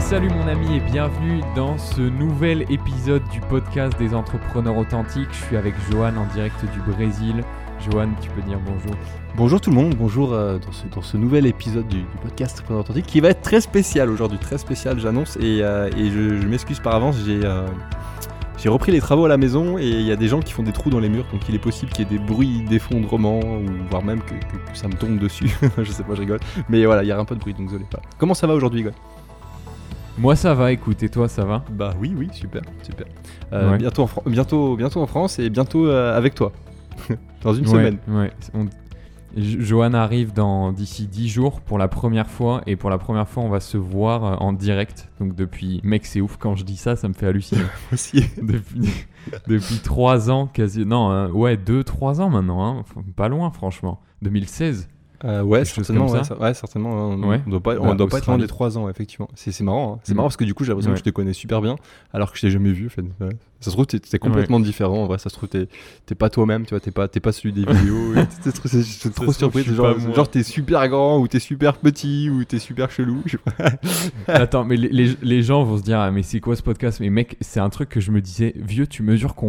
Salut mon ami et bienvenue dans ce nouvel épisode du podcast des entrepreneurs authentiques. Je suis avec Johan en direct du Brésil. Johan, tu peux dire bonjour. Bonjour tout le monde, bonjour dans ce nouvel épisode du podcast Entrepreneurs authentiques qui va être très spécial aujourd'hui, très spécial j'annonce et je m'excuse par avance, j'ai repris les travaux à la maison et il y a des gens qui font des trous dans les murs, donc il est possible qu'il y ait des bruits d'effondrement ou voire même que ça me tombe dessus, je sais pas, je rigole, mais voilà, il y a un peu de bruit donc désolé pas. Comment ça va aujourd'hui Hugo ? Moi ça va, écoute, et toi ça va ? Bah oui, super. Ouais. Bientôt en France et bientôt avec toi, dans une semaine. Ouais. Johan arrive d'ici 10 jours pour la première fois et pour la première fois on va se voir en direct. Donc depuis, mec c'est ouf quand je dis ça me fait halluciner. Aussi. depuis 3 ans quasi, non 2-3 ans maintenant, hein. Pas loin franchement, 2016. Ouais, certainement, certainement. On doit pas être loin des 3 ans, effectivement. C'est marrant, hein. C'est marrant parce que du coup, j'ai l'impression que je te connais super bien, alors que je t'ai jamais vu. En fait. Ouais. Ça se trouve, t'es complètement différent. En vrai, ça se trouve, t'es pas toi-même. Tu vois, t'es pas celui des vidéos. C'est trop surpris. Genre, t'es super grand ou t'es super petit ou t'es super chelou. Attends, mais les gens vont se dire, ah, mais c'est quoi ce podcast ? Mais mec, c'est un truc que je me disais, vieux, tu mesures combien ?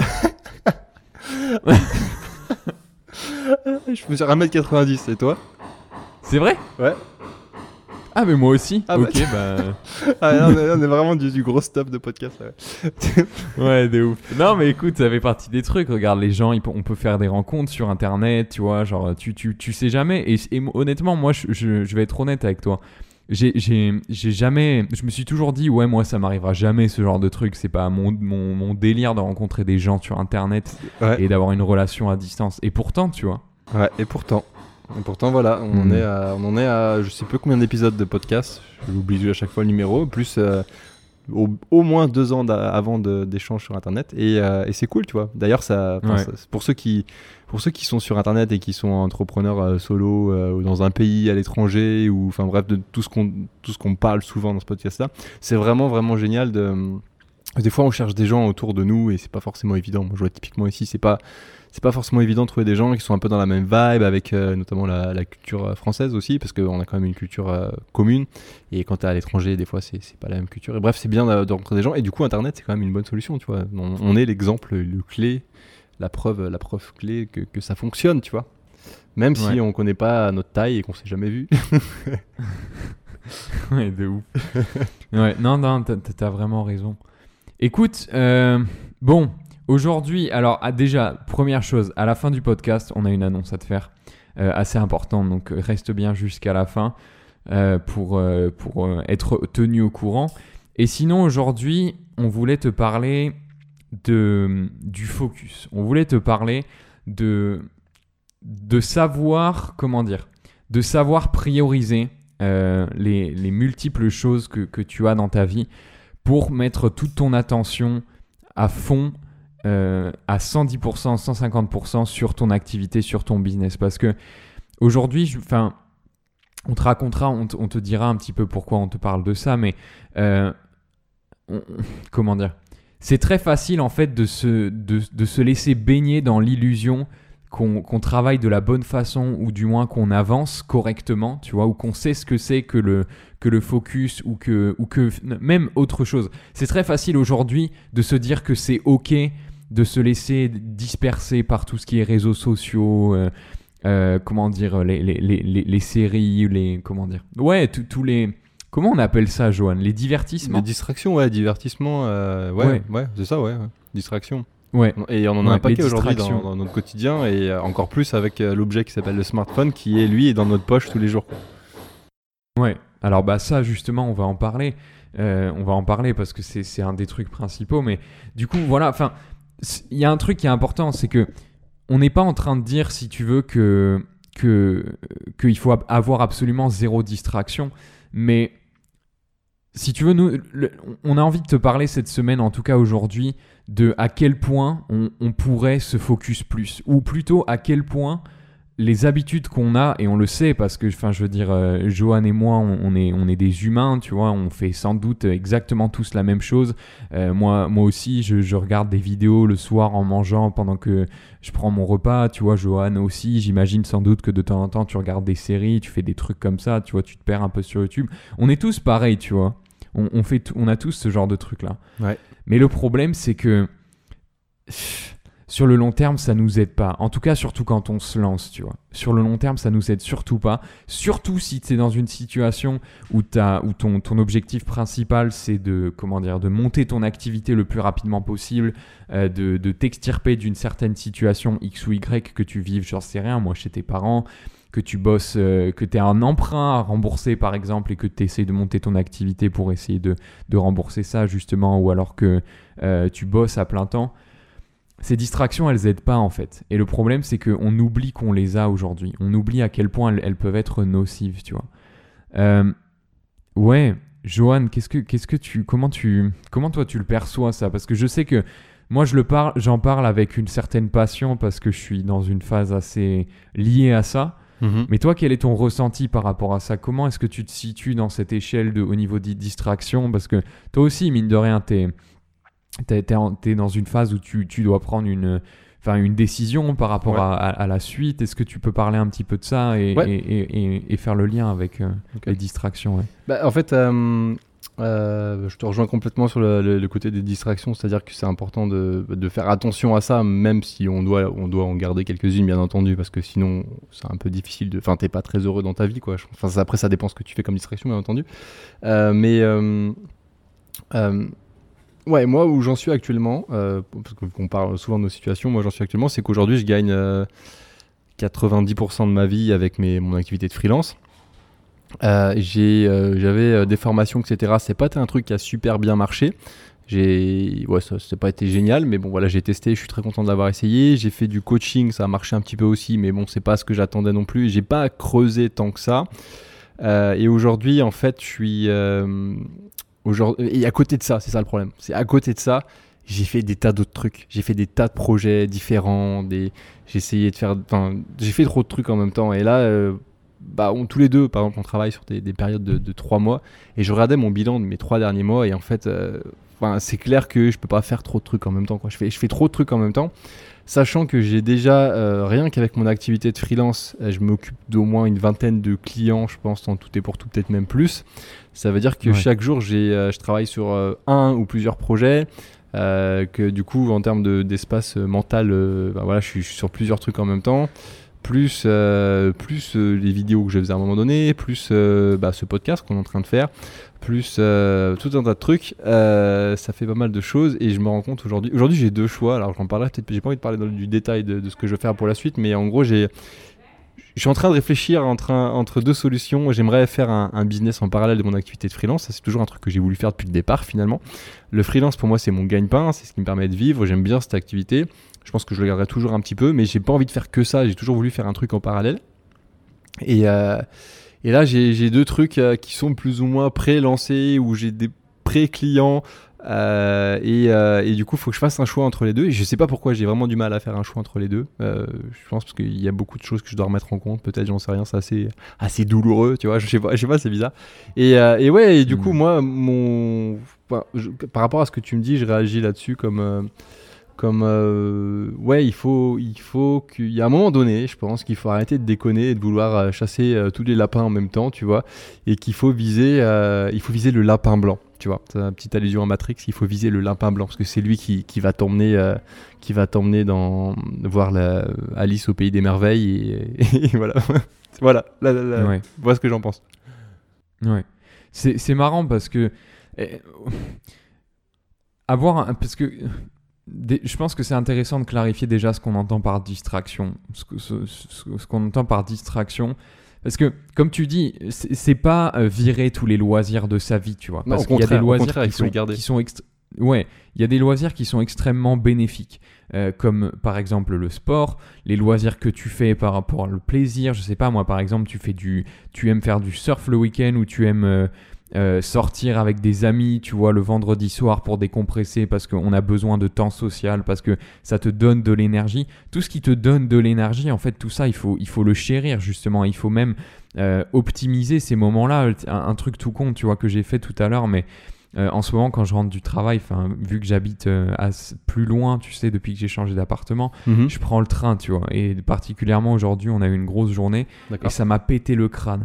Je mesure 1m90, et toi ? C'est vrai ? Ouais. Ah mais moi aussi. Ok, bah... Ah, on est vraiment du gros stop de podcast. Ouais, de ouf. Non mais écoute, ça fait partie des trucs. Regarde, les gens, on peut faire des rencontres sur internet, tu vois, genre tu sais jamais. Et honnêtement, moi je vais être honnête avec toi. J'ai jamais... Je me suis toujours dit, ouais, moi ça m'arrivera jamais ce genre de truc. C'est pas mon délire de rencontrer des gens sur internet et d'avoir une relation à distance. Et pourtant, tu vois. Ouais, et pourtant voilà, on en est à je sais plus combien d'épisodes de podcast, j'oublie à chaque fois le numéro, plus au moins 2 ans avant d'échanges sur internet et c'est cool, tu vois. D'ailleurs ça, pour ceux qui sont sur internet et qui sont entrepreneurs solo ou dans un pays à l'étranger ou enfin bref de tout ce qu'on parle souvent dans ce podcast là, c'est vraiment génial des fois on cherche des gens autour de nous et c'est pas forcément évident. Moi je vois typiquement ici, c'est pas forcément évident de trouver des gens qui sont un peu dans la même vibe avec notamment la culture française aussi, parce qu'on a quand même une culture commune, et quand t'es à l'étranger des fois c'est pas la même culture, et bref c'est bien de rencontrer des gens, et du coup internet c'est quand même une bonne solution, tu vois. On est l'exemple, le clé, la preuve clé que ça fonctionne, tu vois, même si on connaît pas notre taille et qu'on s'est jamais vu. Ouais, de ouf. Ouais, non, t'as vraiment raison. Écoute, bon, aujourd'hui, alors déjà, première chose, à la fin du podcast, on a une annonce à te faire assez importante, donc reste bien jusqu'à la fin pour être tenu au courant. Et sinon, aujourd'hui, on voulait te parler du focus. On voulait te parler de savoir, de savoir prioriser les multiples choses que tu as dans ta vie pour mettre toute ton attention à fond, à 110%, 150% sur ton activité, sur ton business. Parce que aujourd'hui, on te racontera, on te dira un petit peu pourquoi on te parle de ça, mais c'est très facile en fait de se laisser baigner dans l'illusion qu'on travaille de la bonne façon, ou du moins qu'on avance correctement, tu vois, ou qu'on sait ce que c'est que le focus ou que même autre chose. C'est très facile aujourd'hui de se dire que c'est ok de se laisser disperser par tout ce qui est réseaux sociaux, les séries, tous les... Comment on appelle ça, Johan ? Les divertissements ? Les distractions, divertissement, c'est ça, distraction. Ouais. Et on en a un paquet aujourd'hui dans notre quotidien, et encore plus avec l'objet qui s'appelle le smartphone, qui est dans notre poche tous les jours, quoi. Ouais, alors ça justement on va en parler parce que c'est un des trucs principaux, mais du coup voilà, enfin il y a un truc qui est important, c'est que on n'est pas en train de dire, si tu veux, qu'il faut avoir absolument zéro distraction, mais si tu veux, nous, on a envie de te parler cette semaine, en tout cas aujourd'hui, de à quel point on pourrait se focus plus, ou plutôt à quel point les habitudes qu'on a, et on le sait parce que, enfin, je veux dire, Johan et moi, on est des humains, tu vois, on fait sans doute exactement tous la même chose. Moi aussi, je regarde des vidéos le soir en mangeant pendant que je prends mon repas, tu vois. Johan aussi, j'imagine sans doute que de temps en temps, tu regardes des séries, tu fais des trucs comme ça, tu vois, tu te perds un peu sur YouTube. On est tous pareils, tu vois. On a tous ce genre de truc-là. Ouais. Mais le problème, c'est que sur le long terme, ça nous aide pas. En tout cas, surtout quand on se lance, tu vois. Sur le long terme, ça nous aide surtout pas. Surtout si tu es dans une situation où ton objectif principal, c'est de monter ton activité le plus rapidement possible, de t'extirper d'une certaine situation X ou Y que tu vives, j'en sais rien, moi, chez tes parents, que tu bosses, que tu as un emprunt à rembourser, par exemple, et que tu essaies de monter ton activité pour essayer de rembourser ça, justement, ou alors que tu bosses à plein temps. Ces distractions, elles aident pas en fait. Et le problème, c'est qu'on oublie qu'on les a aujourd'hui. On oublie à quel point elles peuvent être nocives, tu vois. Ouais, Johan, comment toi tu le perçois ça? Parce que je sais que moi j'en parle avec une certaine passion parce que je suis dans une phase assez liée à ça. Mais toi, quel est ton ressenti par rapport à ça? Comment est-ce que tu te situes dans cette échelle au niveau des distractions? Parce que toi aussi, mine de rien, t'es dans une phase où tu dois prendre une décision par rapport à la suite. Est-ce que tu peux parler un petit peu de ça et faire le lien avec les distractions? En fait, je te rejoins complètement sur le côté des distractions, c'est-à-dire que c'est important de faire attention à ça, même si on doit en garder quelques-unes, bien entendu, parce que sinon c'est un peu difficile t'es pas très heureux dans ta vie, quoi. Après, ça dépend ce que tu fais comme distraction, bien entendu. Ouais, moi où j'en suis actuellement, parce qu'on parle souvent de nos situations, moi j'en suis actuellement, c'est qu'aujourd'hui je gagne 90% de ma vie avec mon activité de freelance. J'avais des formations, etc. C'est pas un truc qui a super bien marché. Ça n'a pas été génial, mais bon voilà, j'ai testé, je suis très content de l'avoir essayé. J'ai fait du coaching, ça a marché un petit peu aussi, mais bon, c'est pas ce que j'attendais non plus. J'ai pas creusé tant que ça. Et aujourd'hui, en fait, je suis... et à côté de ça, c'est ça le problème. C'est à côté de ça, j'ai fait des tas d'autres trucs. J'ai fait des tas de projets différents. J'ai fait trop de trucs en même temps. Et là, tous les deux, par exemple, on travaille sur des périodes de 3 mois. Et je regardais mon bilan de mes 3 derniers mois. Et en fait, c'est clair que je peux pas faire trop de trucs en même temps, quoi. Je fais trop de trucs en même temps. Sachant que j'ai déjà, rien qu'avec mon activité de freelance, je m'occupe d'au moins une vingtaine de clients, je pense, en tout et pour tout, peut-être même plus. Ça veut dire que chaque jour, je travaille sur un ou plusieurs projets, que du coup, en termes d'espace mental, je suis sur plusieurs trucs en même temps, plus les vidéos que je faisais à un moment donné, plus ce podcast qu'on est en train de faire, plus tout un tas de trucs. Ça fait pas mal de choses et je me rends compte aujourd'hui j'ai 2 choix. Alors j'en parlerai peut-être, j'ai pas envie de parler du détail de ce que je veux faire pour la suite, mais en gros je suis en train de réfléchir entre 2 solutions. J'aimerais faire un business en parallèle de mon activité de freelance. Ça, c'est toujours un truc que j'ai voulu faire depuis le départ finalement. Le freelance pour moi c'est mon gagne-pain, c'est ce qui me permet de vivre. J'aime bien cette activité. Je pense que je le garderai toujours un petit peu, mais j'ai pas envie de faire que ça. J'ai toujours voulu faire un truc en parallèle. Et là, j'ai 2 trucs qui sont plus ou moins pré-lancés, où j'ai des pré-clients. Et du coup, il faut que je fasse un choix entre les deux. Et je sais pas pourquoi j'ai vraiment du mal à faire un choix entre les deux. Je pense parce qu'il y a beaucoup de choses que je dois remettre en compte. Peut-être, j'en sais rien, c'est assez douloureux, tu vois. Je sais pas, c'est bizarre. Et du coup, moi, par rapport à ce que tu me dis, je réagis là-dessus comme il faut qu'il y a un moment donné, je pense qu'il faut arrêter de déconner et de vouloir chasser tous les lapins en même temps, tu vois, et qu'il faut viser le lapin blanc, tu vois. C'est une petite allusion à Matrix. Il faut viser le lapin blanc parce que c'est lui qui va t'emmener voir Alice au pays des merveilles et voilà. Voilà ce que j'en pense. Ouais, c'est marrant parce que parce que je pense que c'est intéressant de clarifier déjà ce qu'on entend par distraction. Ce qu'on entend par distraction. Parce que, comme tu dis, c'est pas virer tous les loisirs de sa vie, tu vois. Parce qu'il y a des loisirs qui sont il y a des loisirs qui sont extrêmement bénéfiques. Comme par exemple le sport, les loisirs que tu fais par rapport au plaisir. Je sais pas, moi par exemple, tu aimes faire du surf le week-end ou tu aimes sortir avec des amis, tu vois, le vendredi soir pour décompresser parce qu'on a besoin de temps social, parce que ça te donne de l'énergie. Tout ce qui te donne de l'énergie, en fait, tout ça, il faut le chérir, justement. Il faut même optimiser ces moments-là. Un truc tout con, tu vois, que j'ai fait tout à l'heure, mais en ce moment, quand je rentre du travail, vu que j'habite plus loin, tu sais, depuis que j'ai changé d'appartement, je prends le train, tu vois. Et particulièrement aujourd'hui, on a eu une grosse journée. D'accord. Et ça m'a pété le crâne.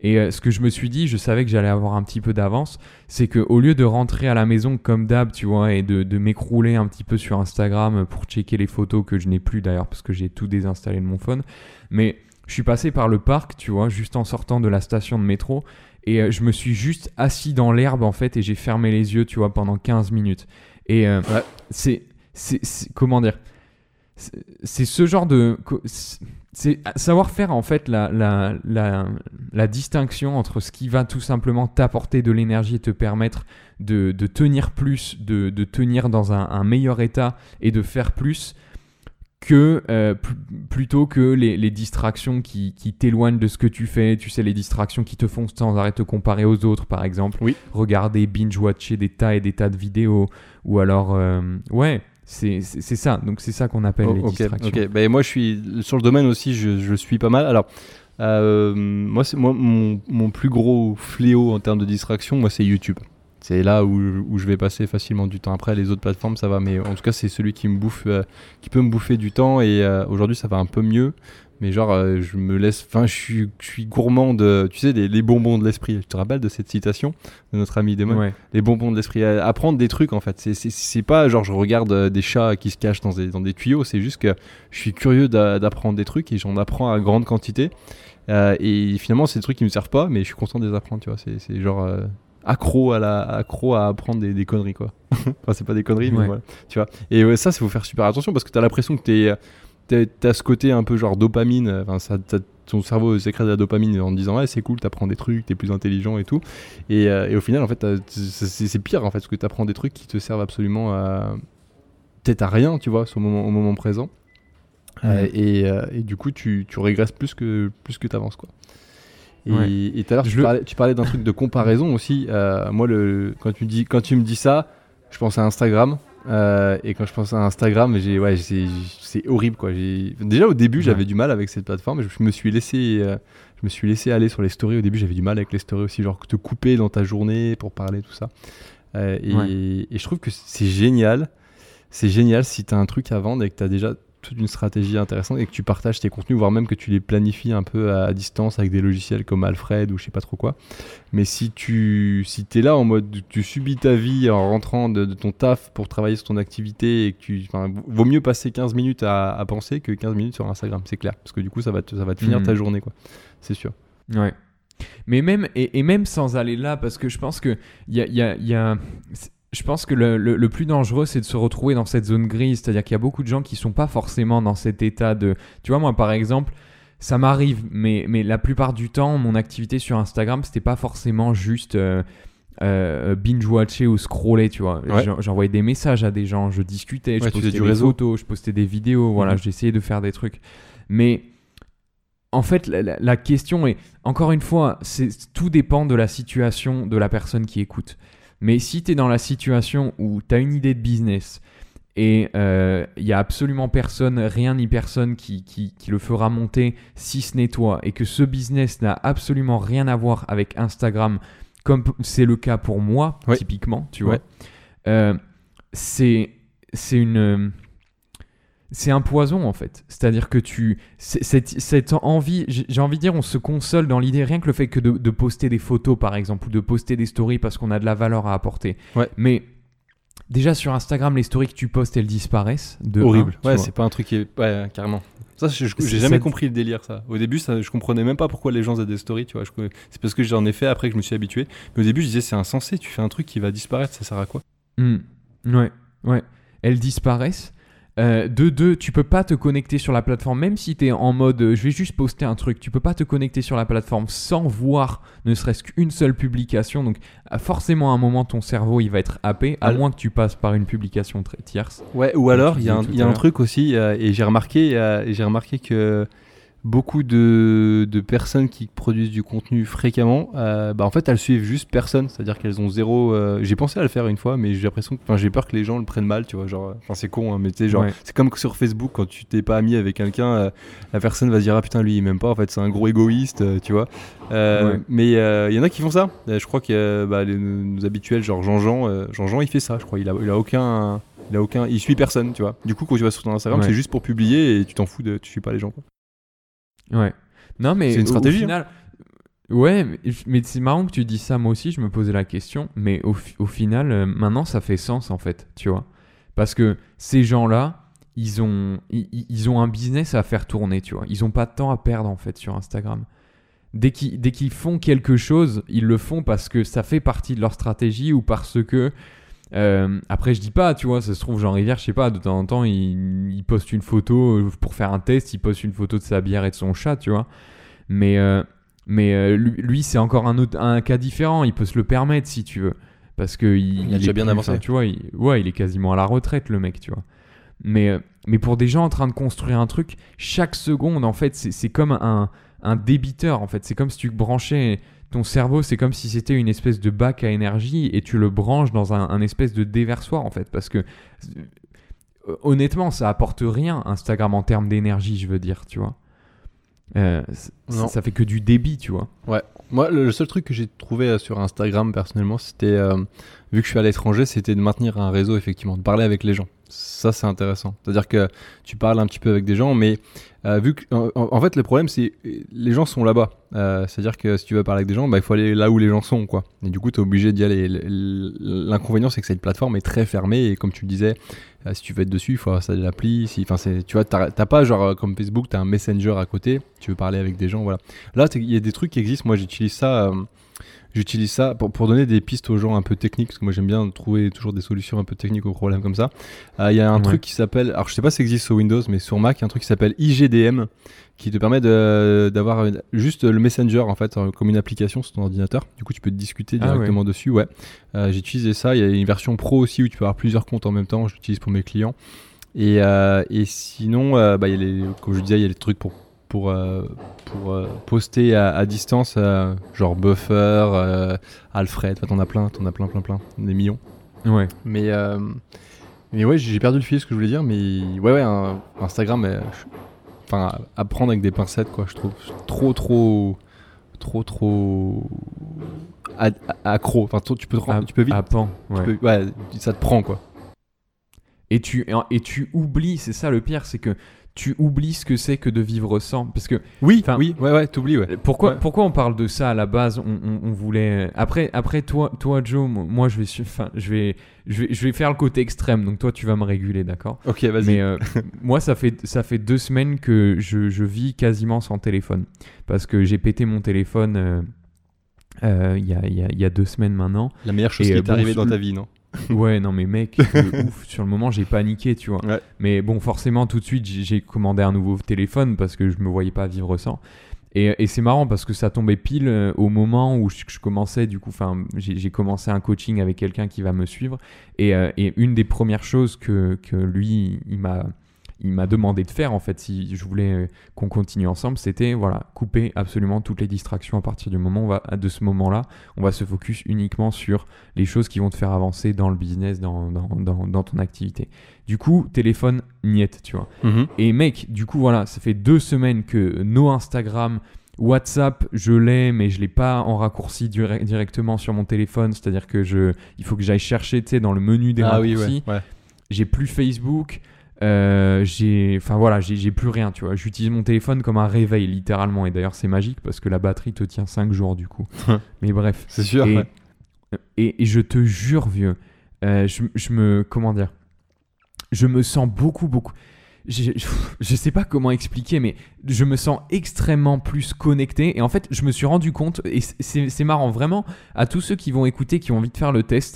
Et ce que je me suis dit, je savais que j'allais avoir un petit peu d'avance, c'est qu'au lieu de rentrer à la maison comme d'hab, tu vois, et de m'écrouler un petit peu sur Instagram pour checker les photos que je n'ai plus d'ailleurs parce que j'ai tout désinstallé de mon phone, mais je suis passé par le parc, tu vois, juste en sortant de la station de métro, et je me suis juste assis dans l'herbe en fait, et j'ai fermé les yeux, tu vois, pendant 15 minutes. Et c'est comment dire, c'est ce genre de... C'est savoir faire en fait la distinction entre ce qui va tout simplement t'apporter de l'énergie et te permettre de tenir plus, de tenir dans un meilleur état et de faire plus que plutôt que les distractions qui t'éloignent de ce que tu fais. Tu sais, les distractions qui te font sans arrêt te comparer aux autres, par exemple. Oui. Regarder, binge-watcher des tas et des tas de vidéos. Ou alors, c'est ça. Donc, c'est ça qu'on appelle les distractions. Ok, bah, moi, je suis sur le domaine aussi, je suis pas mal. Alors, moi, mon plus gros fléau en termes de distraction, moi, c'est YouTube. C'est là où je vais passer facilement du temps. Après, les autres plateformes, ça va. Mais en tout cas, c'est celui qui peut me bouffer du temps. Et aujourd'hui, ça va un peu mieux. Mais genre, je me laisse... Enfin, je suis gourmand de... Tu sais, les bonbons de l'esprit. Tu te rappelles de cette citation de notre ami Damon? Ouais. Les bonbons de l'esprit. Apprendre des trucs, en fait. C'est pas genre, je regarde des chats qui se cachent dans des tuyaux. C'est juste que je suis curieux d'apprendre des trucs et j'en apprends à grande quantité. Et finalement, c'est des trucs qui me servent pas, mais je suis content de les apprendre, tu vois. C'est genre... accro à apprendre des conneries, quoi. Enfin, c'est pas des conneries, mais voilà, tu vois. Et ça, il faut faire super attention parce que t'as l'impression que t'as ce côté un peu genre dopamine. Enfin, ton cerveau sécrète de la dopamine en te disant ouais, c'est cool, t'apprends des trucs, t'es plus intelligent et tout. Et au final, en fait, c'est pire en fait, parce que t'apprends des trucs qui te servent absolument peut-être à rien, tu vois, au moment présent. Et du coup, tu régresses plus que t'avances, quoi. Et tout à l'heure, tu parlais d'un truc de comparaison aussi. Moi, quand tu me dis ça, je pense à Instagram. Et quand je pense à Instagram, c'est horrible, quoi. Déjà au début, j'avais du mal avec cette plateforme. Je me suis laissé aller sur les stories. Au début, j'avais du mal avec les stories aussi, genre te couper dans ta journée pour parler, tout ça. Et je trouve que c'est génial. C'est génial si tu as un truc à vendre et que tu as déjà toute une stratégie intéressante et que tu partages tes contenus, voire même que tu les planifies un peu à distance avec des logiciels comme Alfred ou je sais pas trop quoi. Mais si t'es là en mode tu subis ta vie en rentrant de ton taf pour travailler sur ton activité et que vaut mieux passer 15 minutes à penser que 15 minutes sur Instagram, c'est clair. Parce que du coup, ça va te finir ta journée, quoi. C'est sûr. Ouais. Mais même, et même sans aller là, parce que je pense que je pense que le plus dangereux, c'est de se retrouver dans cette zone grise. C'est-à-dire qu'il y a beaucoup de gens qui ne sont pas forcément dans cet état de... Tu vois, moi, par exemple, ça m'arrive, mais la plupart du temps, mon activité sur Instagram, c'était pas forcément juste binge-watcher ou scroller, tu vois. Ouais. J'envoyais des messages à des gens, je discutais, je postais des photos, je postais des vidéos, voilà, j'essayais de faire des trucs. Mais... En fait, la question est, encore une fois, tout dépend de la situation de la personne qui écoute. Mais si tu es dans la situation où tu as une idée de business et il n'y a absolument personne, rien ni personne qui le fera monter si ce n'est toi, et que ce business n'a absolument rien à voir avec Instagram, comme c'est le cas pour moi, typiquement, tu vois, c'est un poison en fait. C'est-à-dire que cette envie, j'ai envie de dire, on se console dans l'idée, rien que le fait que de poster des photos par exemple, ou de poster des stories parce qu'on a de la valeur à apporter. Ouais. Mais déjà sur Instagram, les stories que tu postes, elles disparaissent. Horrible. C'est pas un truc qui est... Ouais, carrément. Ça, j'ai jamais compris le délire, ça. Au début, je comprenais même pas pourquoi les gens faisaient des stories, tu vois. C'est parce que j'en ai fait après que je me suis habitué. Mais au début, je disais, c'est insensé, tu fais un truc qui va disparaître, ça sert à quoi ? Ouais. Elles disparaissent. Tu peux pas te connecter sur la plateforme, même si tu es en mode je vais juste poster un truc, tu peux pas te connecter sur la plateforme sans voir ne serait-ce qu'une seule publication. Donc forcément à un moment ton cerveau il va être happé, à moins que tu passes par une publication très tierce. Ouais, ou alors il y a un truc aussi, et j'ai remarqué que beaucoup de personnes qui produisent du contenu fréquemment, en fait elles suivent juste personne, c'est-à-dire qu'elles ont zéro... j'ai pensé à le faire une fois, mais j'ai peur que les gens le prennent mal, tu vois, genre, c'est con, hein, mais tu sais, genre, c'est comme sur Facebook, quand tu t'es pas ami avec quelqu'un, la personne va se dire, ah putain, lui il m'aime pas, en fait c'est un gros égoïste, tu vois. Mais il y en a qui font ça, je crois que nos habituels, genre Jean-Jean il fait ça, je crois, il a aucun... il suit personne, tu vois. Du coup, quand tu vas sur ton Instagram, c'est juste pour publier et tu t'en fous, tu suis pas les gens, quoi. Ouais. Non, mais c'est une stratégie. Au final, Ouais, mais c'est marrant que tu dis ça. Moi aussi, je me posais la question. Mais au final, maintenant, ça fait sens, en fait, tu vois. Parce que ces gens-là, ils ont un business à faire tourner, tu vois. Ils ont pas de temps à perdre, en fait, sur Instagram. Dès qu'ils font quelque chose, ils le font parce que ça fait partie de leur stratégie ou parce que... après, je dis pas, tu vois, ça se trouve, Jean Rivière, je sais pas, de temps en temps, il poste une photo pour faire un test, il poste une photo de sa bière et de son chat, tu vois. Mais, lui, c'est encore un cas différent. Il peut se le permettre si tu veux. Parce que Il a déjà bien avancé. Tu vois, il est quasiment à la retraite, le mec, tu vois. Mais pour des gens en train de construire un truc, chaque seconde, en fait, c'est comme un débiteur, en fait. C'est comme si tu branchais ton cerveau, c'est comme si c'était une espèce de bac à énergie et tu le branches dans un espèce de déversoir, en fait. Parce que, honnêtement, ça apporte rien, Instagram, en termes d'énergie, je veux dire, tu vois. Ça fait que du débit, tu vois. Ouais. Moi, le seul truc que j'ai trouvé sur Instagram personnellement, c'était, vu que je suis à l'étranger, c'était de maintenir un réseau, effectivement, de parler avec les gens. Ça, c'est intéressant. C'est-à-dire que tu parles un petit peu avec des gens, mais vu que, en fait, le problème, c'est les gens sont là-bas. C'est-à-dire que si tu veux parler avec des gens, bah, il faut aller là où les gens sont, quoi. Et du coup, tu es obligé d'y aller. L'inconvénient, c'est que cette plateforme est très fermée et comme tu le disais, si tu veux être dessus, il faut installer l'appli. Tu vois, t'as pas genre comme Facebook, tu as un Messenger à côté, tu veux parler avec des gens, voilà. Là, il y a des trucs qui existent. Moi, j'utilise ça pour donner des pistes aux gens un peu techniques, parce que moi j'aime bien trouver toujours des solutions un peu techniques aux problèmes comme ça. Il y a un truc qui s'appelle, alors je sais pas si ça existe sur Windows, mais sur Mac, il y a un truc qui s'appelle IGDM, qui te permet d'avoir juste le Messenger en fait, comme une application sur ton ordinateur. Du coup, tu peux discuter directement dessus. Ouais. J'ai utilisé ça. Il y a une version pro aussi où tu peux avoir plusieurs comptes en même temps. Je l'utilise pour mes clients. Et sinon, il y a comme je disais, il y a les trucs pour poster à distance, genre Buffer, Alfred, t'en as plein, des millions. Ouais. Mais ouais, j'ai perdu le fil, ce que je voulais dire, mais ouais, Instagram, à prendre avec des pincettes, quoi, je trouve trop accro. Enfin, tu peux vite. Ouais. Ça te prend, quoi. Et tu oublies, c'est ça le pire, c'est que tu oublies ce que c'est que de vivre sans. Parce que, oui, t'oublies, ouais. Pourquoi on parle de ça à la base? On voulait. Après toi, Joe, moi, je vais faire le côté extrême, donc toi, tu vas me réguler, d'accord? Ok, vas-y. Mais moi, ça fait 2 semaines que je vis quasiment sans téléphone. Parce que j'ai pété mon téléphone il y a 2 semaines maintenant. La meilleure chose qui est arrivée dans ta vie, non? Ouais, non mais mec, ouf, sur le moment j'ai paniqué, tu vois. Ouais. Mais bon, forcément tout de suite j'ai commandé un nouveau téléphone parce que je me voyais pas vivre sans. Et c'est marrant parce que ça tombait pile au moment où je commençais, du coup, j'ai commencé un coaching avec quelqu'un qui va me suivre. Et une des premières choses que lui, il m'a demandé de faire, en fait, si je voulais qu'on continue ensemble, c'était voilà, couper absolument toutes les distractions à partir du moment de ce moment-là. On va se focus uniquement sur les choses qui vont te faire avancer dans le business, dans ton activité. Du coup, téléphone, niette, tu vois. Mm-hmm. Et mec, du coup, voilà, ça fait 2 semaines que nos Instagram, WhatsApp, je l'ai, mais je l'ai pas en raccourci directement sur mon téléphone. C'est-à-dire que il faut que j'aille chercher, tu sais, dans le menu des raccourcis. Ouais. J'ai plus Facebook. J'ai plus rien, tu vois. J'utilise mon téléphone comme un réveil, littéralement. Et d'ailleurs, c'est magique parce que la batterie te tient 5 jours, du coup. Mais bref. C'est sûr. Et je te jure, vieux, comment dire, je me sens beaucoup. Je sais pas comment expliquer, mais je me sens extrêmement plus connecté. Et en fait, je me suis rendu compte, et c'est marrant, vraiment, à tous ceux qui vont écouter, qui ont envie de faire le test,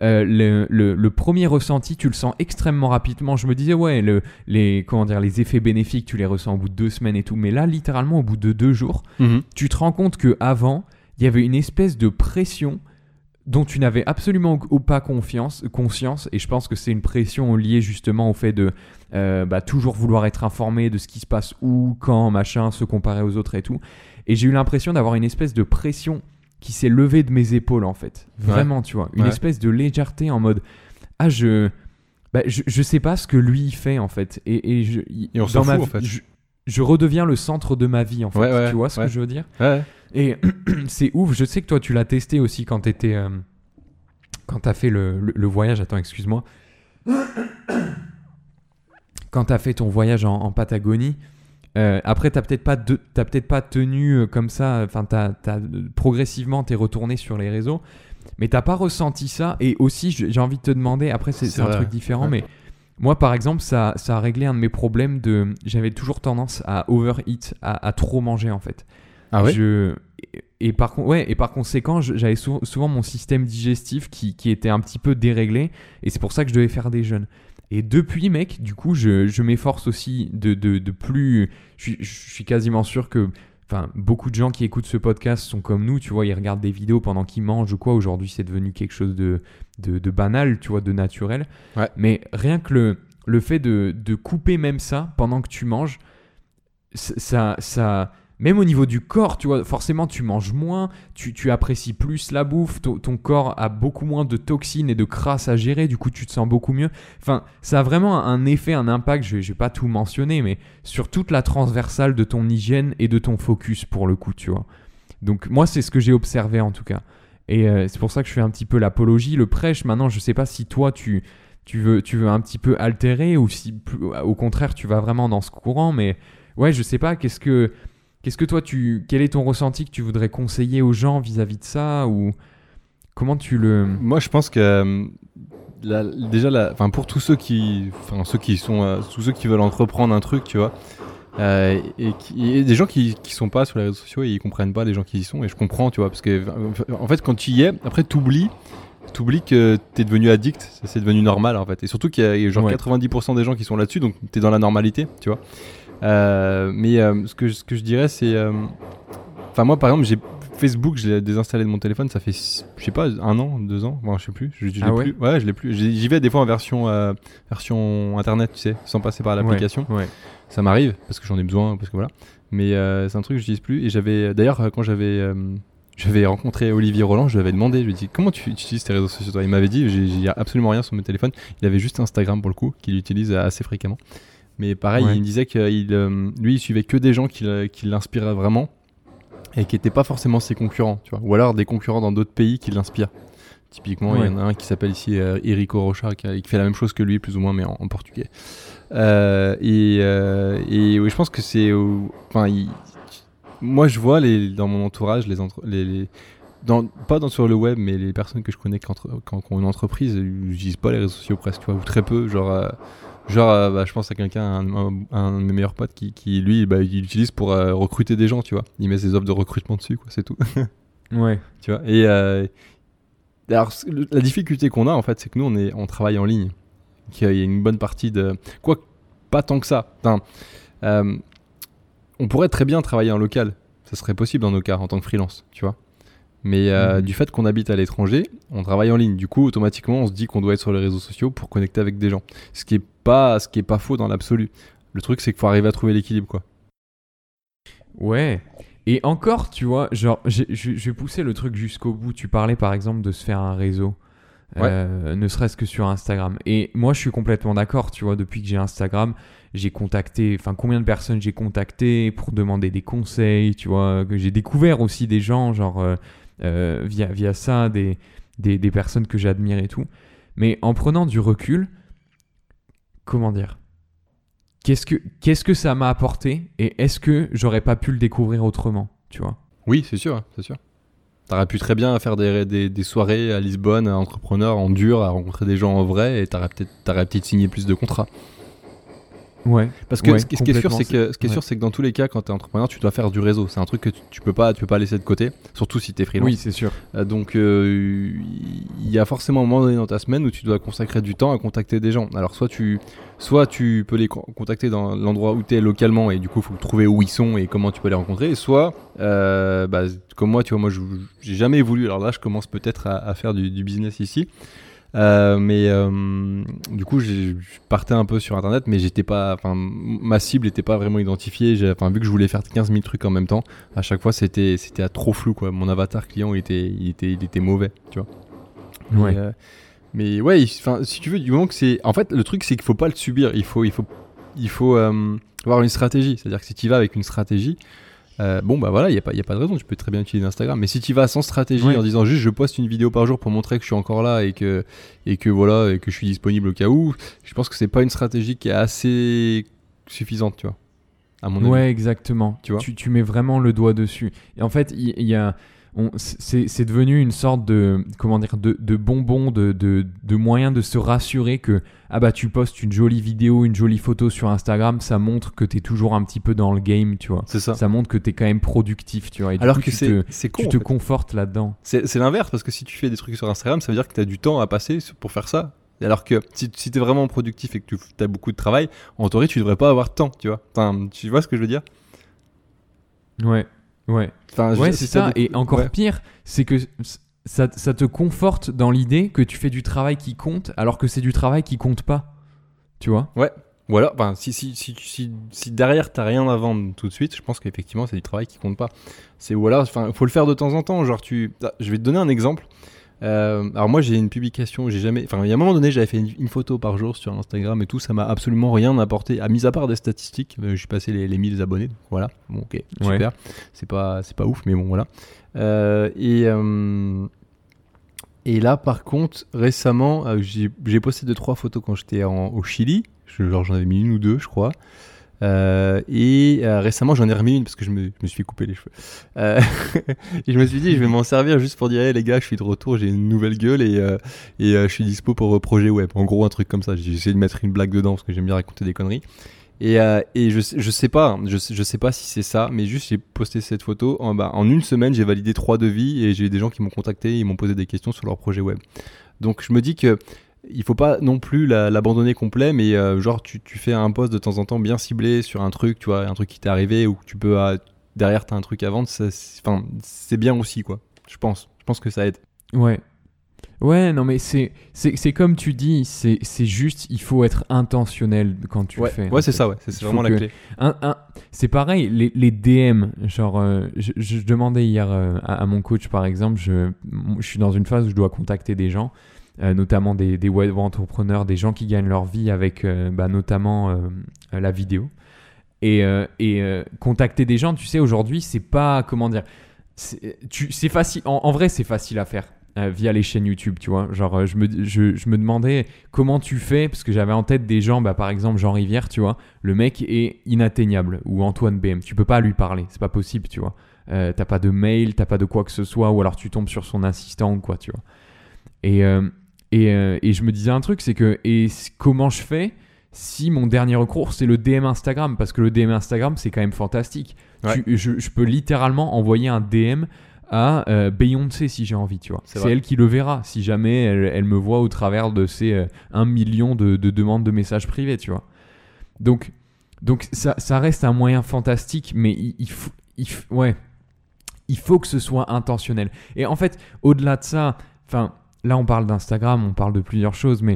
le premier ressenti, tu le sens extrêmement rapidement. Je me disais, ouais, les effets bénéfiques, tu les ressens au bout de 2 semaines et tout. Mais là, littéralement, au bout de 2 jours, tu te rends compte qu'avant, il y avait une espèce de pression dont tu n'avais absolument pas conscience, et je pense que c'est une pression liée justement au fait de toujours vouloir être informé de ce qui se passe où, quand, machin, se comparer aux autres et tout. Et j'ai eu l'impression d'avoir une espèce de pression qui s'est levée de mes épaules, en fait. Vraiment, tu vois. Une espèce de légèreté en mode je sais pas ce que lui il fait, en fait. Et on s'en fout, en fait. Je redeviens le centre de ma vie, en fait. Tu vois ce que je veux dire? Ouais. Et c'est ouf. Je sais que toi, tu l'as testé aussi quand t'étais... quand t'as fait le voyage... Attends, excuse-moi. Quand t'as fait ton voyage en Patagonie, Après, t'as peut-être pas tenu comme ça. Enfin, progressivement, t'es retourné sur les réseaux, mais t'as pas ressenti ça. Et aussi, j'ai envie de te demander. Après, c'est un vrai. truc différent, Ouais. mais moi, par exemple, ça a réglé un de mes problèmes j'avais toujours tendance à overeat, à trop manger en fait. Ah ouais. Et par conséquent, j'avais souvent mon système digestif qui était un petit peu déréglé, et c'est pour ça que je devais faire des jeûnes. Et depuis, mec, du coup, je m'efforce aussi de plus. Je suis quasiment sûr que. Enfin, beaucoup de gens qui écoutent ce podcast sont comme nous, tu vois, ils regardent des vidéos pendant qu'ils mangent ou quoi. Aujourd'hui, c'est devenu quelque chose de banal, tu vois, de naturel. Ouais. Mais rien que le fait de couper même ça pendant que tu manges, ça, même au niveau du corps, tu vois, forcément tu manges moins, tu apprécies plus la bouffe, ton corps a beaucoup moins de toxines et de crasse à gérer, du coup tu te sens beaucoup mieux. Enfin, ça a vraiment un effet, un impact, je vais pas tout mentionner, mais sur toute la transversale de ton hygiène et de ton focus pour le coup, tu vois. Donc moi c'est ce que j'ai observé en tout cas. Et c'est pour ça que je fais un petit peu l'apologie, le prêche. Maintenant je sais pas si toi tu veux un petit peu altérer ou si au contraire tu vas vraiment dans ce courant, mais ouais, je sais pas, qu'est-ce que toi, quel est ton ressenti que tu voudrais conseiller aux gens vis-à-vis de ça, ou comment tu le... Moi, je pense que déjà, pour tous ceux qui veulent entreprendre un truc, tu vois, et des gens qui sont pas sur les réseaux sociaux et ils comprennent pas les gens qui y sont, et je comprends, tu vois, parce que en fait, quand tu y es, après, t'oublies que t'es devenu addict, c'est devenu normal en fait, et surtout qu'il y a genre 90% des gens qui sont là-dessus, donc t'es dans la normalité, tu vois. Ce que je dirais, c'est, moi par exemple, Facebook, je l'ai désinstallé de mon téléphone, ça fait, je sais pas, 1 an, 2 ans, bon, je sais plus, je l'ai plus. Ouais, je l'ai plus. J'y vais des fois en version internet, tu sais, sans passer par l'application. Ouais. Ça m'arrive parce que j'en ai besoin, parce que voilà. Mais c'est un truc que j'utilise plus. Et j'avais, d'ailleurs, quand j'avais rencontré Olivier Roland, je lui avais demandé, je lui ai dit comment tu utilises tes réseaux sociaux toi. Il m'avait dit, j'ai absolument rien sur mon téléphone. Il avait juste Instagram pour le coup, qu'il utilise assez fréquemment. Mais pareil, il me disait qu'il lui, il suivait que des gens qui l'inspiraient vraiment et qui n'étaient pas forcément ses concurrents, tu vois. Ou alors des concurrents dans d'autres pays qui l'inspirent. Typiquement, il y en a un qui s'appelle ici Érico Rocha, qui fait la même chose que lui, plus ou moins, mais en portugais. Oui, je pense que c'est... moi, je vois dans mon entourage, sur le web, mais les personnes que je connais qui ont une entreprise, ils n'utilisent pas les réseaux sociaux presque, tu vois, ou très peu, je pense à quelqu'un, un de mes meilleurs potes qui lui, il l'utilise pour recruter des gens, tu vois. Il met ses offres de recrutement dessus, quoi, c'est tout. Ouais. Tu vois. Et alors, la difficulté qu'on a, en fait, c'est que nous, on travaille en ligne. Il y a une bonne partie de... Quoi, pas tant que ça. On pourrait très bien travailler en local. Ça serait possible dans nos cas, en tant que freelance, tu vois. Mais du fait qu'on habite à l'étranger, on travaille en ligne. Du coup, automatiquement, on se dit qu'on doit être sur les réseaux sociaux pour connecter avec des gens. Ce qui est pas faux dans l'absolu. Le truc, c'est qu'il faut arriver à trouver l'équilibre, quoi. Ouais. Et encore, tu vois, genre, je vais pousser le truc jusqu'au bout. Tu parlais par exemple de se faire un réseau, ne serait-ce que sur Instagram. Et moi, je suis complètement d'accord, tu vois, depuis que j'ai Instagram, j'ai contacté, combien de personnes j'ai contacté pour demander des conseils, tu vois, que j'ai découvert aussi des gens, genre, via ça, des personnes que j'admire et tout. Mais en prenant du recul, comment dire ? Qu'est-ce que ça m'a apporté et est-ce que j'aurais pas pu le découvrir autrement, tu vois ? Oui, c'est sûr, c'est sûr. T'aurais pu très bien faire des soirées à Lisbonne, à entrepreneur, en dur, à rencontrer des gens en vrai, et t'aurais peut-être signé plus de contrats. Ouais. Parce que ce qui est sûr, c'est que dans tous les cas, quand t'es entrepreneur, tu dois faire du réseau. C'est un truc que tu peux pas laisser de côté, surtout si t'es freelance. Oui, c'est sûr. Donc, il y a forcément un moment donné dans ta semaine où tu dois consacrer du temps à contacter des gens. Alors, soit tu peux les contacter dans l'endroit où t'es localement, et du coup, il faut trouver où ils sont et comment tu peux les rencontrer. Soit, comme moi, tu vois, j'ai jamais voulu. Alors là, je commence peut-être à faire du business ici. Du coup, je partais un peu sur internet, mais ma cible n'était pas vraiment identifiée. Vu que je voulais faire 15 000 trucs en même temps, à chaque fois c'était à trop flou, quoi. Mon avatar client il était mauvais, tu vois. Ouais. Mais ouais, si tu veux, du moment que c'est, en fait, le truc c'est qu'il faut pas le subir. Il faut avoir une stratégie. C'est-à-dire que si tu vas avec une stratégie, voilà, il y a pas de raison, tu peux très bien utiliser Instagram, mais si tu vas sans stratégie, en disant juste je poste une vidéo par jour pour montrer que je suis encore là et que je suis disponible au cas où, je pense que c'est pas une stratégie qui est assez suffisante, tu vois. à mon avis. Ouais, exactement. Tu vois Tu mets vraiment le doigt dessus. Et en fait, il y a, c'est devenu une sorte de, comment dire, de bonbon, de moyen de se rassurer que ah bah tu postes une jolie vidéo, une jolie photo sur Instagram, ça montre que t'es toujours un petit peu dans le game, tu vois. C'est ça. Ça montre que t'es quand même productif, tu vois. Et Alors du coup, que c'est con. tu en te fait. confortes là-dedans. C'est l'inverse, parce que si tu fais des trucs sur Instagram, ça veut dire que tu as du temps à passer pour faire ça. Alors que si tu es vraiment productif et que tu as beaucoup de travail, en théorie, tu devrais pas avoir de temps, tu vois. Enfin, tu vois ce que je veux dire? Ouais, ouais. Enfin, Ouais, c'est ça. Et encore ouais. pire, c'est que ça te conforte dans l'idée que tu fais du travail qui compte, alors que c'est du travail qui compte pas. Tu vois? Ouais. Ou alors, enfin, si derrière t'as rien à vendre tout de suite, je pense qu'effectivement c'est du travail qui compte pas. Ou alors, enfin, faut le faire de temps en temps. Genre, je vais te donner un exemple. Alors moi j'ai une publication, il y a un moment donné j'avais fait une photo par jour sur Instagram et tout, ça m'a absolument rien apporté, mis à part des statistiques, je suis passé les 1000 abonnés, donc voilà, bon ok, super, c'est pas ouf mais bon voilà. Et là par contre récemment j'ai posté 2-3 photos quand j'étais au Chili, genre j'en avais mis une ou deux je crois. Récemment j'en ai remis une parce que je me suis fait couper les cheveux et je me suis dit je vais m'en servir juste pour dire hey, les gars je suis de retour, j'ai une nouvelle gueule et je suis dispo pour projet web, en gros un truc comme ça. J'ai essayé de mettre une blague dedans parce que j'aime bien raconter des conneries et je sais pas je sais pas si c'est ça, mais juste j'ai posté cette photo en une semaine j'ai validé 3 devis et j'ai eu des gens qui m'ont contacté, ils m'ont posé des questions sur leur projet web. Donc je me dis que il faut pas non plus l'abandonner complet, mais genre tu fais un post de temps en temps bien ciblé sur un truc, tu vois, un truc qui t'est arrivé ou que tu peux derrière t'as un truc à vendre, c'est bien aussi quoi. Je pense que ça aide. Ouais, non mais c'est comme tu dis, c'est juste, il faut être intentionnel quand tu le fais. Ouais, c'est ça, ouais, c'est vraiment la clé. C'est pareil, les DM, genre, je demandais hier à mon coach par exemple, je suis dans une phase où je dois contacter des gens, notamment des web entrepreneurs, des gens qui gagnent leur vie avec notamment la vidéo. Et contacter des gens, tu sais, aujourd'hui, c'est pas, comment dire, c'est facile, en vrai, c'est facile à faire. Via les chaînes YouTube, tu vois. Genre, je me demandais comment tu fais, parce que j'avais en tête des gens, par exemple Jean Rivière, tu vois. Le mec est inatteignable, ou Antoine BM. Tu peux pas lui parler, c'est pas possible, tu vois. T'as pas de mail, t'as pas de quoi que ce soit, ou alors tu tombes sur son assistant ou quoi, tu vois. Et je me disais un truc, c'est que comment je fais si mon dernier recours c'est le DM Instagram, parce que le DM Instagram c'est quand même fantastique. Ouais. Je peux littéralement envoyer un DM à Beyoncé si j'ai envie, tu vois. C'est elle qui le verra si jamais elle me voit au travers de ces 1 million de demandes de messages privés, tu vois. Donc ça reste un moyen fantastique, mais il faut que ce soit intentionnel. Et en fait, au-delà de ça, enfin, là on parle d'Instagram, on parle de plusieurs choses, mais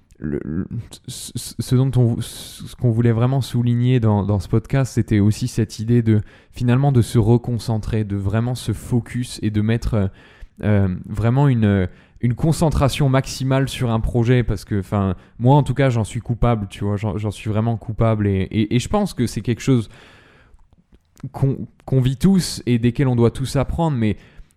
ce qu'on voulait vraiment souligner dans ce podcast, c'était aussi cette idée de finalement de se reconcentrer, de vraiment se focus et de mettre vraiment une concentration maximale sur un projet, parce que moi en tout cas j'en suis coupable, tu vois, j'en suis vraiment coupable et je pense que c'est quelque chose qu'on vit tous et desquels on doit tous apprendre, mais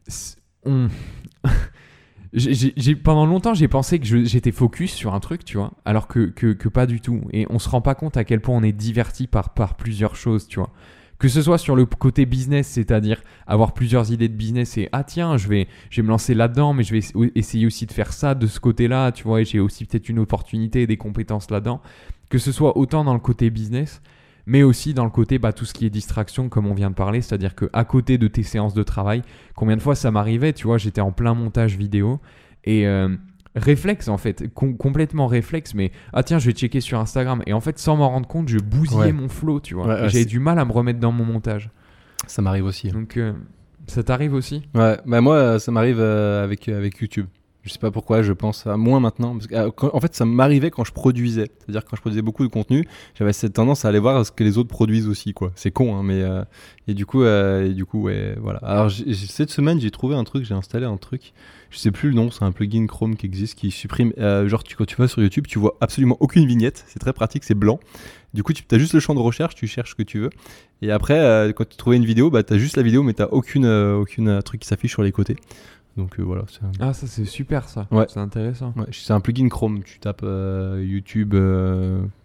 pendant longtemps, j'ai pensé que j'étais focus sur un truc, tu vois, alors que pas du tout. Et on se rend pas compte à quel point on est diverti par plusieurs choses, tu vois. Que ce soit sur le côté business, c'est-à-dire avoir plusieurs idées de business et tiens, je vais me lancer là-dedans, mais je vais essayer aussi de faire ça de ce côté-là, tu vois, et j'ai aussi peut-être une opportunité et des compétences là-dedans. Que ce soit autant dans le côté business, mais aussi dans le côté tout ce qui est distraction, comme on vient de parler, c'est-à-dire qu'à côté de tes séances de travail, combien de fois ça m'arrivait, tu vois, j'étais en plein montage vidéo et réflexe en fait, complètement réflexe, mais tiens, je vais checker sur Instagram, et en fait sans m'en rendre compte, je bousillais mon flow, tu vois, et j'avais du mal à me remettre dans mon montage. Ça m'arrive aussi. Donc ça t'arrive aussi? Ouais, moi ça m'arrive avec YouTube. Je sais pas pourquoi, je pense à moins maintenant. Parce que, en fait, ça m'arrivait quand je produisais. C'est-à-dire quand je produisais beaucoup de contenu, j'avais cette tendance à aller voir ce que les autres produisent aussi, quoi. C'est con, hein, mais et du coup, ouais, voilà. Alors cette semaine, j'ai trouvé un truc, j'ai installé un truc. Je sais plus le nom, c'est un plugin Chrome qui existe, qui supprime. Genre, quand tu vas sur YouTube, tu vois absolument aucune vignette. C'est très pratique, c'est blanc. Du coup, tu as juste le champ de recherche, tu cherches ce que tu veux. Et après, quand tu trouves une vidéo, tu as juste la vidéo, mais tu n'as aucune truc qui s'affiche sur les côtés. Donc voilà. Ça c'est super ça. Ouais. C'est intéressant. Ouais, c'est un plugin Chrome. Tu tapes YouTube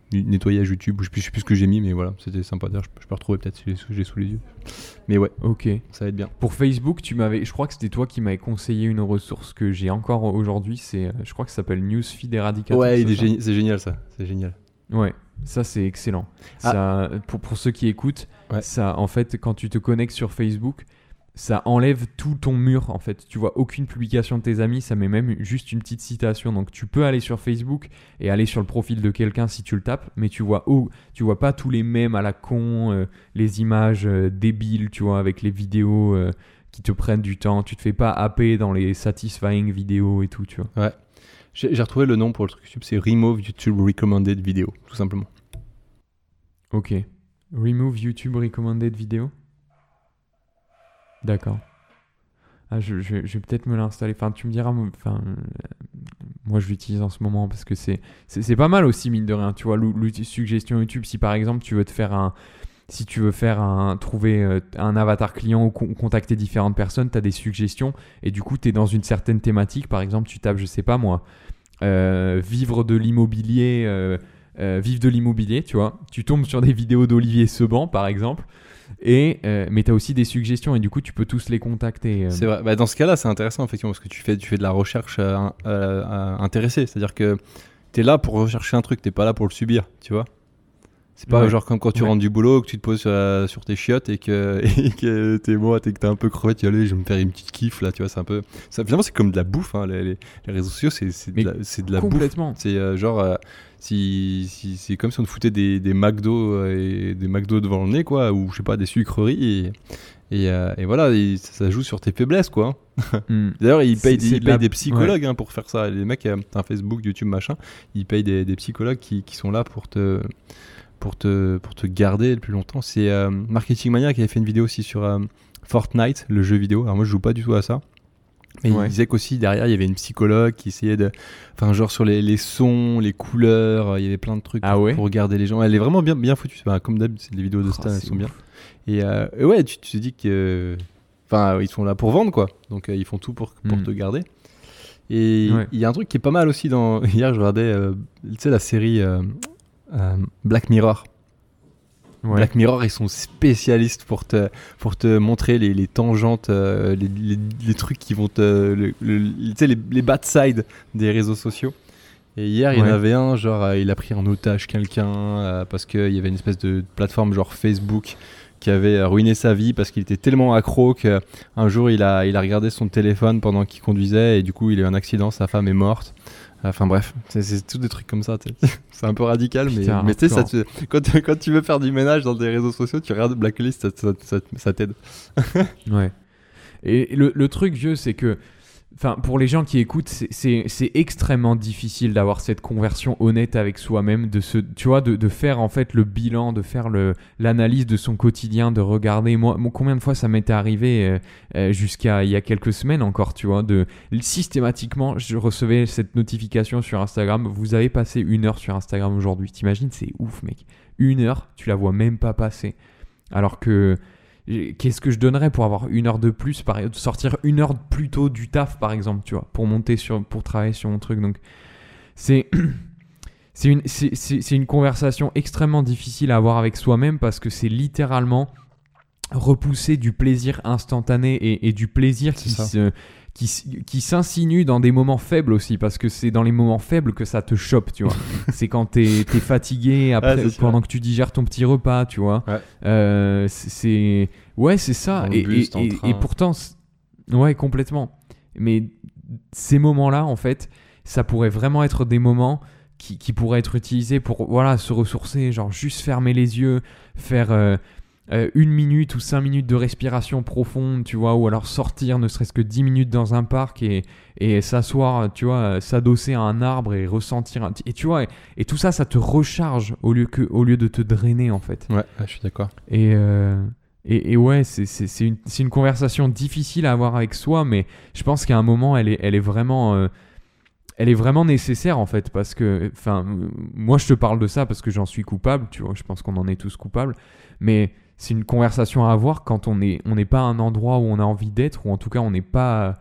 nettoyage YouTube, je sais plus ce que j'ai mis, mais voilà, c'était sympa. D'ailleurs, je peux retrouver peut-être si j'ai sous les yeux. Mais ouais, Ok. ça va être bien. Pour Facebook, je crois que c'était toi qui m'avais conseillé une ressource que j'ai encore aujourd'hui. Je crois que ça s'appelle Newsfeed Eradicator. Ouais, c'est ça c'est génial ça, c'est génial. Ouais, ça c'est excellent. Ah. Ça, pour ceux qui écoutent, Ouais. ça, en fait, quand tu te connectes sur Facebook, ça enlève tout ton mur. En fait, tu vois aucune publication de tes amis, ça met même juste une petite citation. Donc tu peux aller sur Facebook et aller sur le profil de quelqu'un si tu le tapes, mais tu vois pas tous les mèmes à la con, les images débiles, tu vois, avec les vidéos qui te prennent du temps. Tu te fais pas happer dans les satisfying vidéos et tout, tu vois. Ouais. J'ai retrouvé le nom pour le truc YouTube, c'est Remove YouTube Recommended Video, tout simplement. Ok. Remove YouTube Recommended Video. D'accord. Ah, je vais peut-être me l'installer. Enfin, tu me diras. Moi, je l'utilise en ce moment parce que c'est pas mal aussi, mine de rien. Tu vois, l'outil suggestion YouTube, si par exemple tu veux trouver un avatar client ou contacter différentes personnes, tu as des suggestions et du coup, tu es dans une certaine thématique. Par exemple, tu tapes, je sais pas moi, vivre de l'immobilier, vivre de l'immobilier, tu vois. Tu tombes sur des vidéos d'Olivier Seban, par exemple. Mais tu as aussi des suggestions et du coup tu peux tous les contacter. C'est vrai. Bah, dans ce cas-là, c'est intéressant effectivement parce que tu fais de la recherche intéressée. C'est-à-dire que tu es là pour rechercher un truc, t'es pas là pour le subir, tu vois. C'est pas genre comme quand tu rentres du boulot, que tu te poses sur tes chiottes et que t'es bon, que t'es un peu crevé, tu dis allez, je vais me faire une petite kiff là, tu vois. C'est un peu. Finalement, c'est comme de la bouffe. Hein, les réseaux sociaux, c'est de la bouffe. Complètement. C'est c'est comme si on te foutait des McDo et des McDo devant le nez, quoi, ou je sais pas, des sucreries et voilà, ça joue sur tes faiblesses, quoi. D'ailleurs, ils payent des psychologues pour faire ça. Les mecs, Facebook, YouTube, machin, ils payent des psychologues qui sont là pour te garder le plus longtemps. C'est Marketing Mania qui avait fait une vidéo aussi sur Fortnite, le jeu vidéo. Alors moi, je joue pas du tout à ça. Mais il disait qu'aussi derrière il y avait une psychologue qui essayait genre sur les sons, les couleurs, il y avait plein de trucs pour regarder les gens. Elle est vraiment bien foutue, comme d'hab, c'est des vidéos de Stan, elles sont bien. Et ouais, tu te dis que ils sont là pour vendre, quoi. Donc ils font tout pour te garder. Et il y a un truc qui est pas mal aussi hier je regardais tu sais la série Black Mirror. Ouais. Black Mirror, ils sont spécialistes pour te montrer les tangentes, les trucs qui vont les bad sides des réseaux sociaux. Et hier, il y en avait un, genre, il a pris en otage quelqu'un parce qu'il y avait une espèce de plateforme genre Facebook qui avait ruiné sa vie parce qu'il était tellement accro qu'un jour, il a regardé son téléphone pendant qu'il conduisait et du coup, il a eu un accident, sa femme est morte. Enfin bref, c'est tout des trucs comme ça. C'est un peu radical, mais tu sais, quand tu veux faire du ménage dans des réseaux sociaux, tu regardes Blacklist, ça t'aide. Ouais. Et le truc, vieux, c'est que pour les gens qui écoutent, c'est extrêmement difficile d'avoir cette conversion honnête avec soi-même, de faire en fait le bilan, de faire l'analyse de son quotidien, de regarder. Moi, combien de fois ça m'était arrivé jusqu'à il y a quelques semaines encore, tu vois, systématiquement, je recevais cette notification sur Instagram. Vous avez passé 1 heure sur Instagram aujourd'hui. T'imagines, c'est ouf, mec. 1 heure, tu la vois même pas passer. Alors que qu'est-ce que je donnerais pour avoir 1 heure de plus, sortir 1 heure plus tôt du taf par exemple, tu vois, pour travailler sur mon truc. Donc c'est une conversation extrêmement difficile à avoir avec soi-même parce que c'est littéralement repousser du plaisir instantané et du plaisir qui s'insinue dans des moments faibles aussi, parce que c'est dans les moments faibles que ça te chope, tu vois. C'est quand t'es fatigué après, pendant que tu digères ton petit repas, tu vois. C'est ça. Et pourtant, complètement. Mais ces moments-là, en fait, ça pourrait vraiment être des moments qui pourraient être utilisés pour se ressourcer, genre juste fermer les yeux, faire 1 minute ou 5 minutes de respiration profonde, tu vois, ou alors sortir ne serait-ce que 10 minutes dans un parc et s'asseoir, tu vois, s'adosser à un arbre et ressentir et tu vois, et tout ça te recharge au lieu de te drainer, en fait. Ouais, je suis d'accord. Et ouais, c'est une conversation difficile à avoir avec soi, mais je pense qu'à un moment elle est vraiment nécessaire, en fait, parce que moi je te parle de ça parce que j'en suis coupable, tu vois, je pense qu'on en est tous coupables, mais c'est une conversation à avoir quand on n'est pas à un endroit où on a envie d'être, ou en tout cas on n'est pas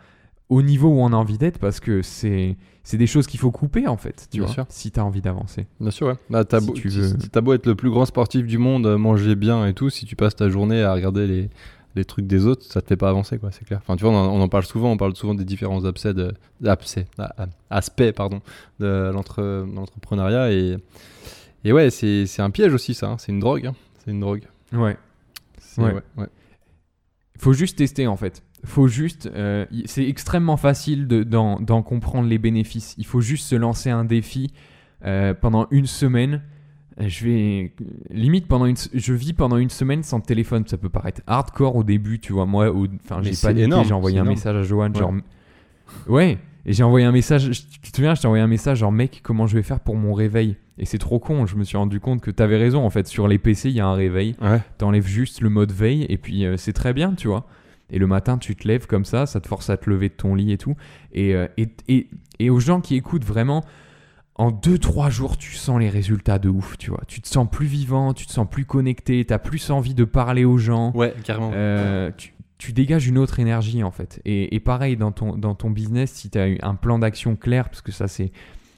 au niveau où on a envie d'être, parce que c'est des choses qu'il faut couper en fait, tu Bien vois, sûr. si t'as envie d'avancer. Bien sûr, ouais. Bah, t'as Si beau, tu veux. t'as beau être le plus grand sportif du monde, manger bien et tout, si tu passes ta journée à regarder les trucs des autres, ça te fait pas avancer, quoi, c'est clair. Enfin, tu vois, on en parle souvent des différents aspects pardon, de l'entrepreneuriat. Et ouais, c'est un piège aussi, ça. Hein. C'est une drogue. Hein. C'est une drogue. Ouais. Ouais. Faut juste tester en fait. C'est extrêmement facile d'en comprendre les bénéfices. Il faut juste se lancer un défi pendant une semaine. Je vis pendant une semaine sans téléphone. Ça peut paraître hardcore au début, tu vois. Moi, j'ai paniqué, énorme, j'ai envoyé c'est un énorme. message à Johan, Ouais. genre, ouais. Et j'ai envoyé un message. Tu te souviens, je t'ai envoyé un message genre, mec, comment je vais faire pour mon réveil? Et c'est trop con. Je me suis rendu compte que t'avais raison. En fait, sur les PC, il y a un réveil. Ouais. T'enlèves juste le mode veille et puis c'est très bien, tu vois. Et le matin, tu te lèves comme ça te force à te lever de ton lit et tout. Et aux gens qui écoutent vraiment, en 2-3 jours, tu sens les résultats de ouf, tu vois. Tu te sens plus vivant, tu te sens plus connecté, t'as plus envie de parler aux gens. Ouais, carrément. Tu dégages une autre énergie en fait. Et pareil, dans ton business, si tu as un plan d'action clair, parce que ça c'est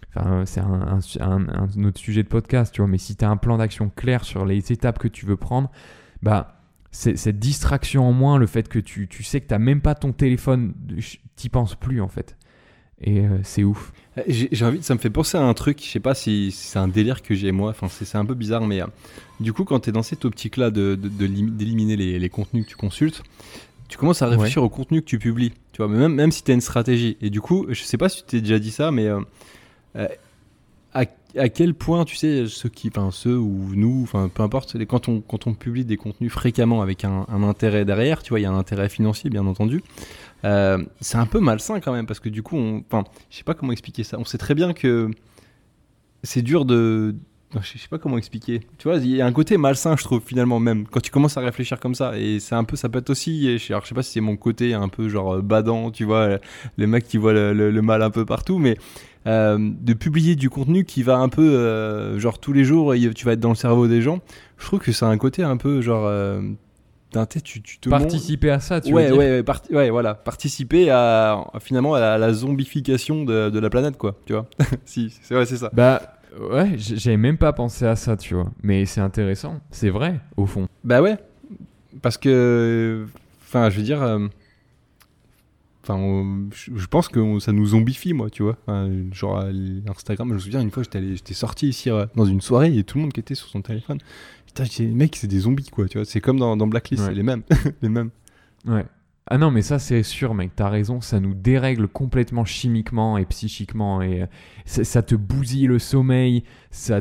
un autre sujet de podcast, tu vois, mais si tu as un plan d'action clair sur les étapes que tu veux prendre, bah, cette distraction en moins, le fait que tu sais que tu n'as même pas ton téléphone, t'y penses plus en fait. Et c'est ouf. J'ai envie, ça me fait penser à un truc, je sais pas si c'est un délire que j'ai moi, enfin c'est un peu bizarre, mais du coup quand tu es dans cette optique-là d'éliminer les contenus que tu consultes, tu commences à réfléchir au contenu que tu publies, tu vois, même si tu as une stratégie. Et du coup, je sais pas si tu t'es déjà dit ça, mais à quel point, tu sais, ceux ou nous, enfin peu importe, quand on publie des contenus fréquemment avec un intérêt derrière, tu vois, il y a un intérêt financier bien entendu. C'est un peu malsain quand même parce que du coup, je sais pas comment expliquer ça. On sait très bien que c'est dur de, je sais pas comment expliquer. Tu vois, il y a un côté malsain, je trouve finalement même quand tu commences à réfléchir comme ça. Et c'est un peu, ça peut être aussi. Alors je sais pas si c'est mon côté un peu genre badant, tu vois, les mecs qui voient le mal un peu partout, mais de publier du contenu qui va un peu genre tous les jours, tu vas être dans le cerveau des gens. Je trouve que c'est un côté un peu genre tu te participer à ça, tu veux dire. Ouais, voilà, participer à finalement à la zombification de la planète, quoi, tu vois. Si, c'est ça. Bah ouais, j'avais même pas pensé à ça, tu vois. Mais c'est intéressant, c'est vrai au fond. Bah ouais, parce que, enfin, je veux dire, je pense que ça nous zombifie, moi, tu vois. Genre Instagram, je me souviens une fois, j'étais sorti ici dans une soirée et tout le monde qui était sur son téléphone. Putain, mec, c'est des zombies, quoi, tu vois. C'est comme dans Blacklist, Ouais. c'est les mêmes, les mêmes. Ouais. Ah non, mais ça c'est sûr, mec, t'as raison, ça nous dérègle complètement chimiquement et psychiquement et ça te bousille le sommeil, ça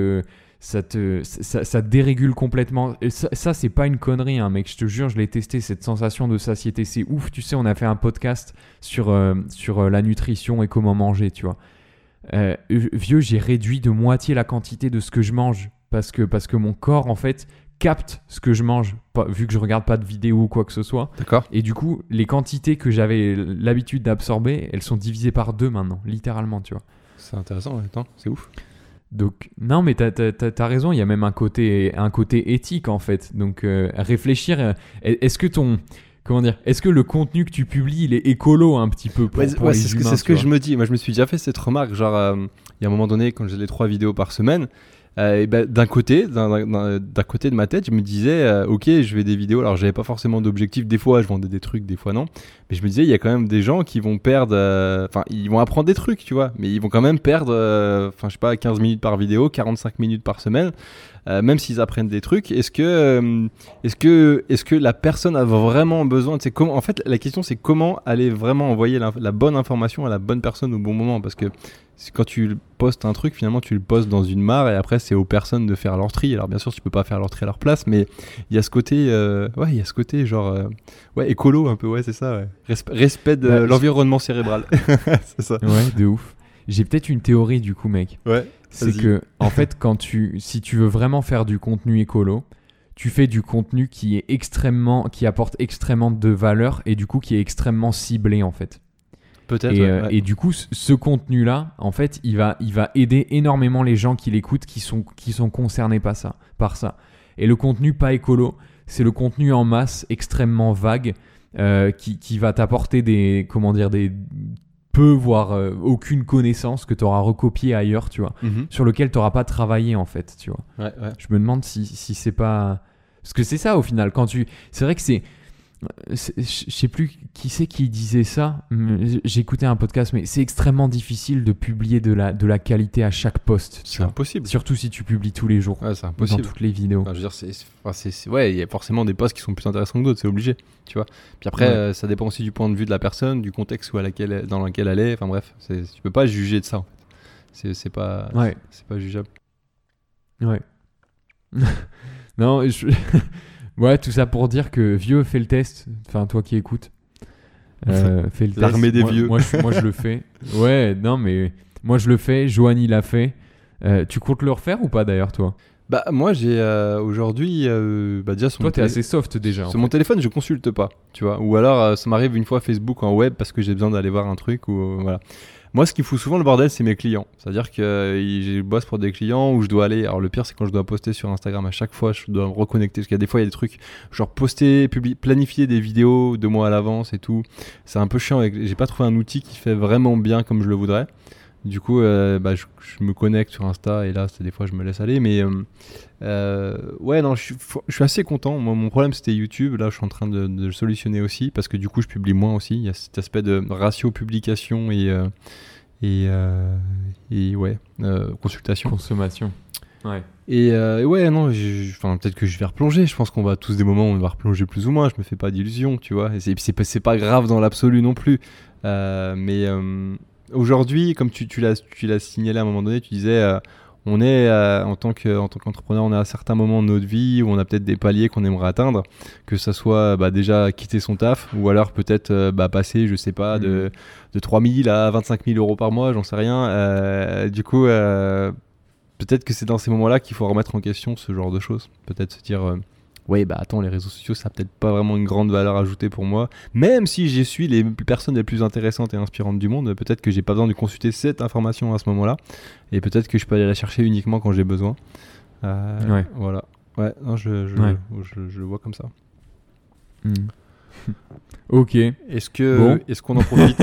dérégule complètement. Et ça c'est pas une connerie, hein, mec, je te jure, je l'ai testé, cette sensation de satiété, c'est ouf. Tu sais, on a fait un podcast sur la nutrition et comment manger, tu vois. Vieux, j'ai réduit de moitié la quantité de ce que je mange parce que mon corps, en fait, capte ce que je mange, vu que je regarde pas de vidéo ou quoi que ce soit. D'accord. Et du coup, les quantités que j'avais l'habitude d'absorber, elles sont divisées par 2 maintenant, littéralement, tu vois. C'est intéressant, attends, c'est ouf. Donc, non, mais t'as raison, il y a même un côté éthique, en fait. Donc, réfléchir, est-ce que le contenu que tu publies, il est écolo un petit peu pour les humains, c'est ce que je me dis. Moi, je me suis déjà fait cette remarque. Genre, il y a un moment donné, quand j'ai les 3 vidéos par semaine, d'un côté de ma tête, je me disais, ok, je vais des vidéos. Alors, j'avais pas forcément d'objectif. Des fois, je vendais des trucs, des fois non. Mais je me disais, il y a quand même des gens qui vont perdre. Ils vont apprendre des trucs, tu vois. Mais ils vont quand même perdre, je sais pas, 15 minutes par vidéo, 45 minutes par semaine. Même s'ils apprennent des trucs, est-ce que la personne a vraiment besoin de en fait, la question c'est comment aller vraiment envoyer la bonne information à la bonne personne au bon moment, parce que quand tu postes un truc, finalement tu le postes dans une mare et après c'est aux personnes de faire leur tri. Alors bien sûr tu peux pas faire leur tri à leur place, mais il y a ce côté genre écolo un peu, ouais, c'est ça, ouais. Respect de l'environnement cérébral. C'est ça. Ouais, de ouf. J'ai peut-être une théorie du coup, mec. Ouais. C'est que, en fait, si tu veux vraiment faire du contenu écolo, tu fais du contenu qui apporte extrêmement de valeur et du coup qui est extrêmement ciblé, en fait. Peut-être. Et du coup, ce contenu-là, en fait, il va aider énormément les gens qui l'écoutent, qui sont concernés par ça. Et le contenu pas écolo, c'est le contenu en masse extrêmement vague qui va t'apporter des peu voire aucune connaissance que tu auras recopié ailleurs, tu vois, sur lequel tu n'auras pas travaillé en fait, tu vois. Ouais. Je me demande si c'est pas... Parce que c'est ça au final, c'est vrai que je sais plus qui c'est qui disait ça. J'ai écouté un podcast, mais c'est extrêmement difficile de publier de la qualité à chaque post. C'est impossible. Surtout si tu publies tous les jours. Ouais, c'est impossible. Dans toutes les vidéos. Enfin, je veux dire, ouais, il y a forcément des posts qui sont plus intéressants que d'autres, c'est obligé, tu vois. Puis après, ça dépend aussi du point de vue de la personne, du contexte dans lequel elle est. Enfin bref, tu peux pas juger de ça. En fait. C'est pas jugeable. Ouais. Non, ouais, tout ça pour dire que vieux, fais le test. Enfin, toi qui écoutes, fais le test. L'armée des vieux. Moi, je le fais. Ouais, non, mais moi, je le fais. Johan, il l'a fait. Tu comptes le refaire ou pas d'ailleurs, toi ? Bah, moi, j'ai aujourd'hui. Déjà, toi, t'es assez soft déjà. Sur mon téléphone, je consulte pas, tu vois. Ou alors, ça m'arrive une fois Facebook en web parce que j'ai besoin d'aller voir un truc ou voilà. Moi, ce qui fout souvent le bordel, c'est mes clients. C'est-à-dire que je bosse pour des clients où je dois aller. Alors, le pire, c'est quand je dois poster sur Instagram. À chaque fois, je dois me reconnecter. Parce qu'il y a des fois, il y a des trucs genre poster, planifier des vidéos 2 mois à l'avance et tout. C'est un peu chiant. J'ai pas trouvé un outil qui fait vraiment bien comme je le voudrais. Du coup, je me connecte sur Insta et là, des fois, je me laisse aller. Mais ouais, non, je suis assez content. Moi, mon problème, c'était YouTube. Là, je suis en train de le solutionner aussi parce que du coup, je publie moins aussi. Il y a cet aspect de ratio publication et ouais, consultation. Consommation. Ouais. Et ouais, non, peut-être que je vais replonger. Je pense qu'on va tous des moments où on va replonger plus ou moins. Je me fais pas d'illusions, tu vois. Et c'est pas grave dans l'absolu non plus. Mais aujourd'hui, comme tu l'as signalé à un moment donné, tu disais, on est en tant qu'entrepreneur, on est à certains moments de notre vie où on a peut-être des paliers qu'on aimerait atteindre, que ça soit déjà quitter son taf ou alors peut-être passer, je sais pas, de 3 000 à 25 000 euros par mois, j'en sais rien. Du coup, peut-être que c'est dans ces moments-là qu'il faut remettre en question ce genre de choses. Peut-être se dire, ouais, attends, les réseaux sociaux, ça n'a peut-être pas vraiment une grande valeur ajoutée pour moi. Même si je suis les personnes les plus intéressantes et inspirantes du monde, peut-être que j'ai pas besoin de consulter cette information à ce moment-là. Et peut-être que je peux aller la chercher uniquement quand j'ai besoin. Ouais. Voilà. Ouais, non, je le vois comme ça. Ok. Est-ce qu'on en profite?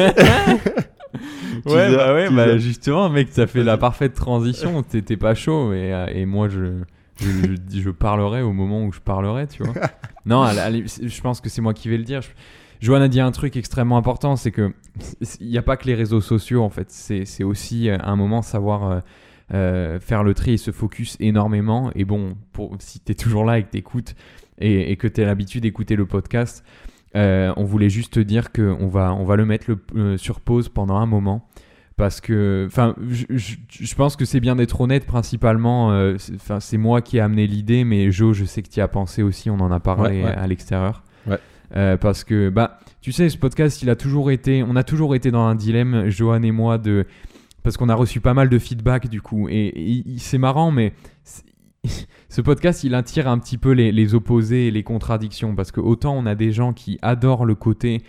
Justement, mec, ça fait la parfaite transition. T'étais pas chaud et moi, je parlerai au moment où je parlerai, tu vois. Non, allez, je pense que c'est moi qui vais le dire. Joanne a dit un truc extrêmement important, c'est que il n'y a pas que les réseaux sociaux, en fait. C'est aussi un moment savoir faire le tri et se focus énormément. Et bon, si tu es toujours là et que tu écoutes et que tu as l'habitude d'écouter le podcast, on voulait juste te dire qu'on va le mettre sur pause pendant un moment. Parce que, je pense que c'est bien d'être honnête principalement. C'est moi qui ai amené l'idée, mais Jo, je sais que tu y as pensé aussi. On en a parlé à l'extérieur. Ouais. Parce que, tu sais, ce podcast, on a toujours été dans un dilemme, Johan et moi, parce qu'on a reçu pas mal de feedback du coup. Et c'est marrant, mais ce podcast, il attire un petit peu les opposés et les contradictions. Parce que autant on a des gens qui adorent le côté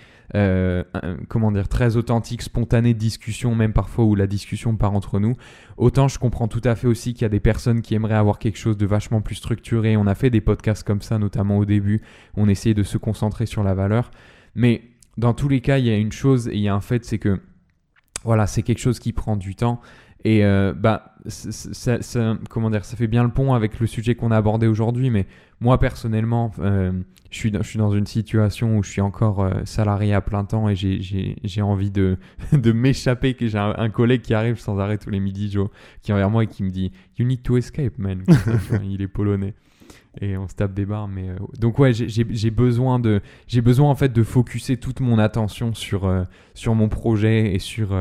très authentique, spontané de discussion, même parfois où la discussion part entre nous. Autant je comprends tout à fait aussi qu'il y a des personnes qui aimeraient avoir quelque chose de vachement plus structuré. On a fait des podcasts comme ça, notamment au début. On essayait de se concentrer sur la valeur. Mais dans tous les cas, il y a une chose et il y a un fait, c'est que voilà, c'est quelque chose qui prend du temps. Et ça fait bien le pont avec le sujet qu'on a abordé aujourd'hui. Mais moi, personnellement, je suis dans une situation où je suis encore salarié à plein temps et j'ai envie de m'échapper. Que j'ai un collègue qui arrive sans arrêt tous les midis, Joe, qui est envers moi et qui me dit « You need to escape, man ». Il est polonais. Et on se tape des barres. Mais, donc ouais, j'ai besoin en fait de focuser toute mon attention sur mon projet et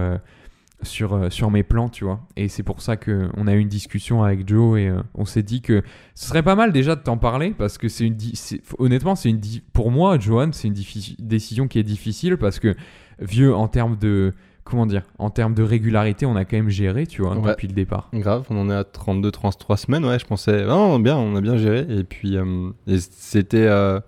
sur mes plans, tu vois. Et c'est pour ça qu'on a eu une discussion avec Joe et on s'est dit que ce serait pas mal déjà de t'en parler parce que honnêtement, pour moi, Johan, c'est une décision qui est difficile parce que vieux en termes de régularité, on a quand même géré, tu vois, depuis le départ. Grave, on en est à 32-33 semaines, ouais, je pensais, on a bien géré et puis c'était...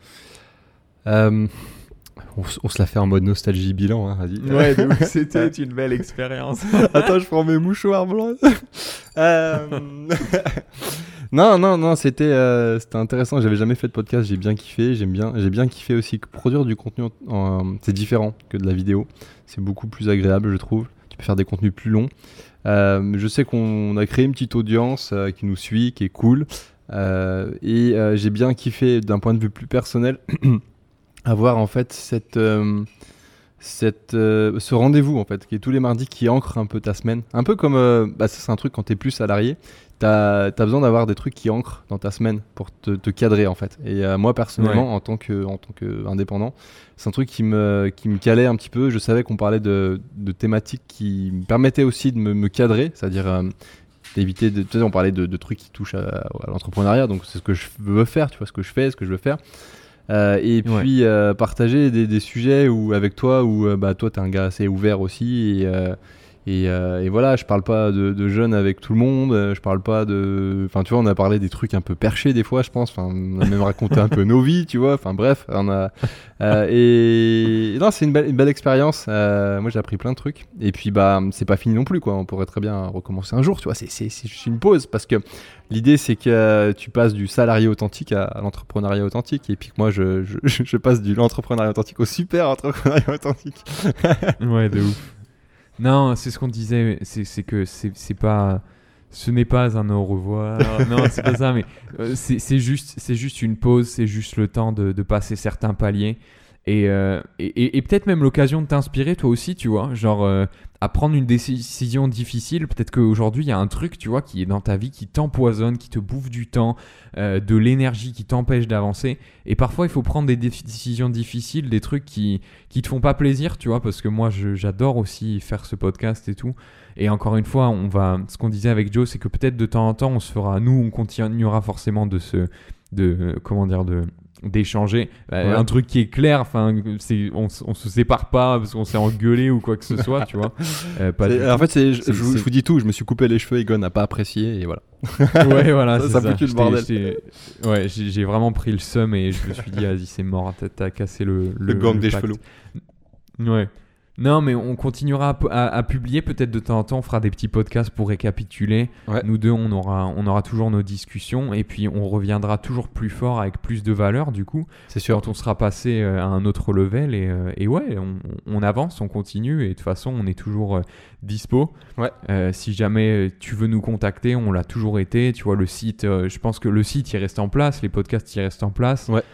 On se l'a fait en mode nostalgie bilan, hein, vas-y. Ouais, donc c'était une belle expérience. Attends, je prends mes mouchoirs blancs. Non, c'était intéressant. J'avais jamais fait de podcast, j'ai bien kiffé. J'ai bien kiffé aussi que produire du contenu, c'est différent que de la vidéo. C'est beaucoup plus agréable, je trouve. Tu peux faire des contenus plus longs. Je sais qu'on a créé une petite audience qui nous suit, qui est cool. J'ai bien kiffé d'un point de vue plus personnel avoir en fait ce rendez-vous en fait qui est tous les mardis, qui ancre un peu ta semaine, un peu comme ça c'est un truc quand t'es plus salarié, t'as besoin d'avoir des trucs qui ancrent dans ta semaine pour te cadrer en fait. Et moi personnellement en tant que indépendant, c'est un truc qui me calait un petit peu. Je savais qu'on parlait de thématiques qui me permettaient aussi de me cadrer, c'est-à-dire d'éviter tu sais, on parlait de trucs qui touchent à l'entrepreneuriat, donc c'est ce que je veux faire, tu vois, ce que je fais, ce que je veux faire. Puis partager des sujets avec toi où toi t'es un gars assez ouvert aussi et voilà, je parle pas de jeunes avec tout le monde, je parle pas tu vois, on a parlé des trucs un peu perchés des fois, je pense, on a même raconté un peu nos vies, tu vois, bref, non, c'est une belle expérience. Moi j'ai appris plein de trucs et puis c'est pas fini non plus quoi, on pourrait très bien recommencer un jour, tu vois, c'est juste une pause parce que l'idée c'est que tu passes du salarié authentique à l'entrepreneuriat authentique, et puis que moi je passe de l'entrepreneuriat authentique au super entrepreneuriat authentique. Ouais, de ouf. Non, c'est ce qu'on disait, c'est que c'est pas, ce n'est pas un au revoir. Non, c'est pas ça, mais c'est juste une pause, c'est juste le temps de passer certains paliers et peut-être même l'occasion de t'inspirer toi aussi, tu vois, genre à prendre une décision difficile. Peut-être qu'aujourd'hui il y a un truc, tu vois, qui est dans ta vie, qui t'empoisonne, qui te bouffe du temps, de l'énergie, qui t'empêche d'avancer. Et parfois il faut prendre des décisions difficiles, des trucs qui te font pas plaisir, tu vois, parce que moi j'adore aussi faire ce podcast et tout. Et encore une fois, ce qu'on disait avec Joe, c'est que peut-être de temps en temps on continuera forcément d'échanger. Un truc qui est clair, enfin, on se sépare pas parce qu'on s'est engueulé ou quoi que ce soit, tu vois. En fait, je vous dis tout, je me suis coupé les cheveux, Egon n'a pas apprécié et voilà. Ouais, voilà, ça foutu le bordel. Ouais, j'ai vraiment pris le seum et je me suis dit, vas-y, c'est mort, t'as cassé le gang des cheveux longs. Ouais. Non, mais on continuera à publier peut-être de temps en temps. On fera des petits podcasts pour récapituler. Ouais. Nous deux, on aura toujours nos discussions et puis on reviendra toujours plus fort avec plus de valeur du coup. C'est sûr. Quand on sera passé à un autre level et ouais, on avance, on continue et de toute façon, on est toujours dispo. Ouais. Si jamais tu veux nous contacter, on l'a toujours été. Tu vois, le site, je pense que le site il reste en place, les podcasts ils restent en place. Ouais.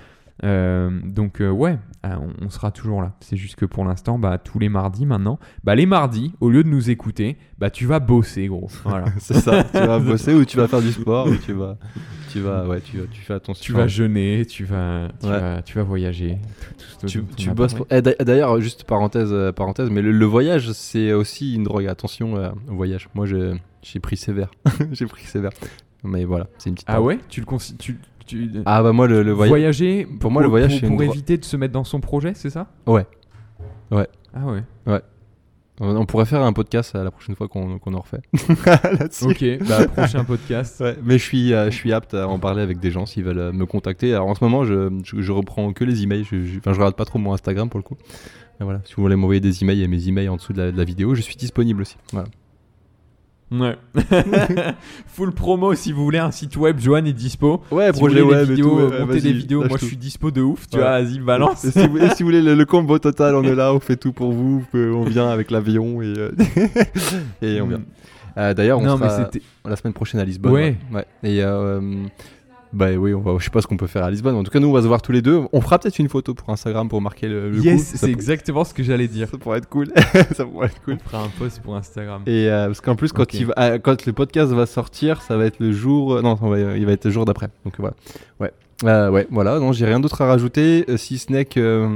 On sera toujours là. C'est juste que pour l'instant, tous les mardis maintenant, les mardis, au lieu de nous écouter, tu vas bosser, gros. Voilà. C'est ça. Tu vas bosser ou tu vas faire du sport ou tu fais attention. Tu vas jeûner, tu vas voyager. Tu bosses. D'ailleurs, juste parenthèse, mais le voyage, c'est aussi une drogue. Attention au voyage. Moi, j'ai pris sévère. J'ai pris sévère. Mais voilà, c'est une petite. Ah ouais, tu le considères. Moi le voyager pour moi le voyage pour éviter de se mettre dans son projet, c'est ça? Ouais. Ah ouais. On pourrait faire un podcast la prochaine fois qu'on en refait. Ok, prochain podcast. Ouais, mais je suis apte à en parler avec des gens s'ils veulent me contacter. Alors en ce moment je reprends que les emails, je regarde pas trop mon Instagram pour le coup. Mais voilà, si vous voulez m'envoyer des emails, il y a mes emails en dessous de la vidéo, je suis disponible aussi. Voilà. Ouais. Full promo si vous voulez un site web, Johan est dispo. Ouais, si projet web vidéos, monter des vidéos, moi je suis dispo de ouf, tu vois, vas-y, balance. Et si vous voulez le combo total, on est là, on fait tout pour vous, on vient avec l'avion et on vient. D'ailleurs, on sera la semaine prochaine à Lisbonne. Ouais. Et oui, je sais pas ce qu'on peut faire à Lisbonne. En tout cas, nous, on va se voir tous les deux. On fera peut-être une photo pour Instagram pour marquer le coup. Yes, c'est exactement ce que j'allais dire. Ça pourrait être cool. On fera un post pour Instagram. Et parce qu'en plus, quand le podcast va sortir, ça va être le jour. Non, il va être le jour d'après. Donc voilà. Ouais. Voilà. Non, j'ai rien d'autre à rajouter, si ce n'est que.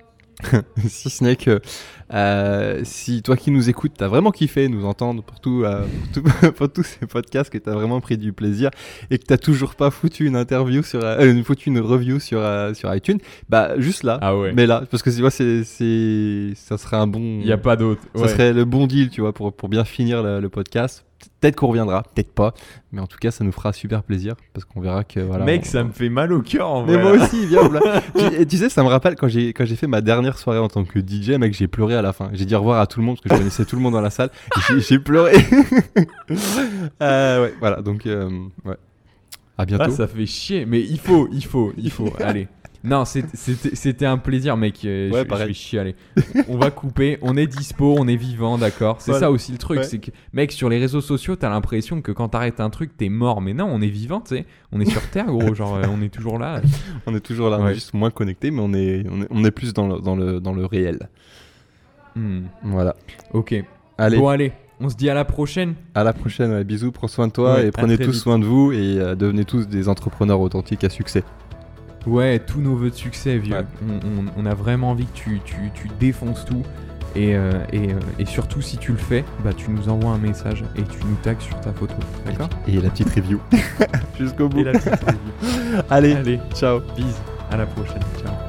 Si toi qui nous écoutes, t'as vraiment kiffé nous entendre pour tous ces podcasts, que t'as vraiment pris du plaisir et que t'as toujours pas foutu une interview une review sur iTunes, juste là, mais là, parce que tu vois, ça serait un bon. Il y a pas d'autre. Ça serait le bon deal, tu vois, pour bien finir le podcast. Peut-être qu'on reviendra, peut-être pas, mais en tout cas ça nous fera super plaisir parce qu'on verra que voilà. Mec, ça me fait mal au cœur en vrai. Mais moi aussi, viens. Tu sais, ça me rappelle quand j'ai fait ma dernière soirée en tant que DJ, mec, j'ai pleuré à la fin. J'ai dit au revoir à tout le monde parce que je connaissais tout le monde dans la salle. Et j'ai pleuré. Ouais, voilà, donc ouais. À bientôt. Ah, ça fait chier, mais il faut. Allez. Non, c'était un plaisir, mec. Je pareil. vais chialer. On va couper. On est dispo, on est vivant, d'accord. C'est Voilà. ça aussi le truc. Ouais. C'est que, mec, sur les réseaux sociaux, t'as l'impression que quand t'arrêtes un truc, t'es mort. Mais non, on est vivant, tu sais. On est sur Terre, gros. Genre, on est toujours là. On est toujours là, on Ouais. est juste moins connecté, mais on est plus dans le réel. Voilà. Ok. Allez, Bon, allez. On se dit à la prochaine. à la prochaine. Ouais, bisous, prends soin de toi Ouais, et à prenez très tous vite. soin de vous et devenez tous des entrepreneurs authentiques à succès. Ouais, tous nos vœux de succès, vieux. Ouais. On a vraiment envie que tu défonces tout. Et surtout, si tu le fais, bah, tu nous envoies un message et tu nous tags sur ta photo. D'accord? Et la petite review. Jusqu'au bout. Et la petite review. Allez, Allez, ciao. bis. À la prochaine. Ciao.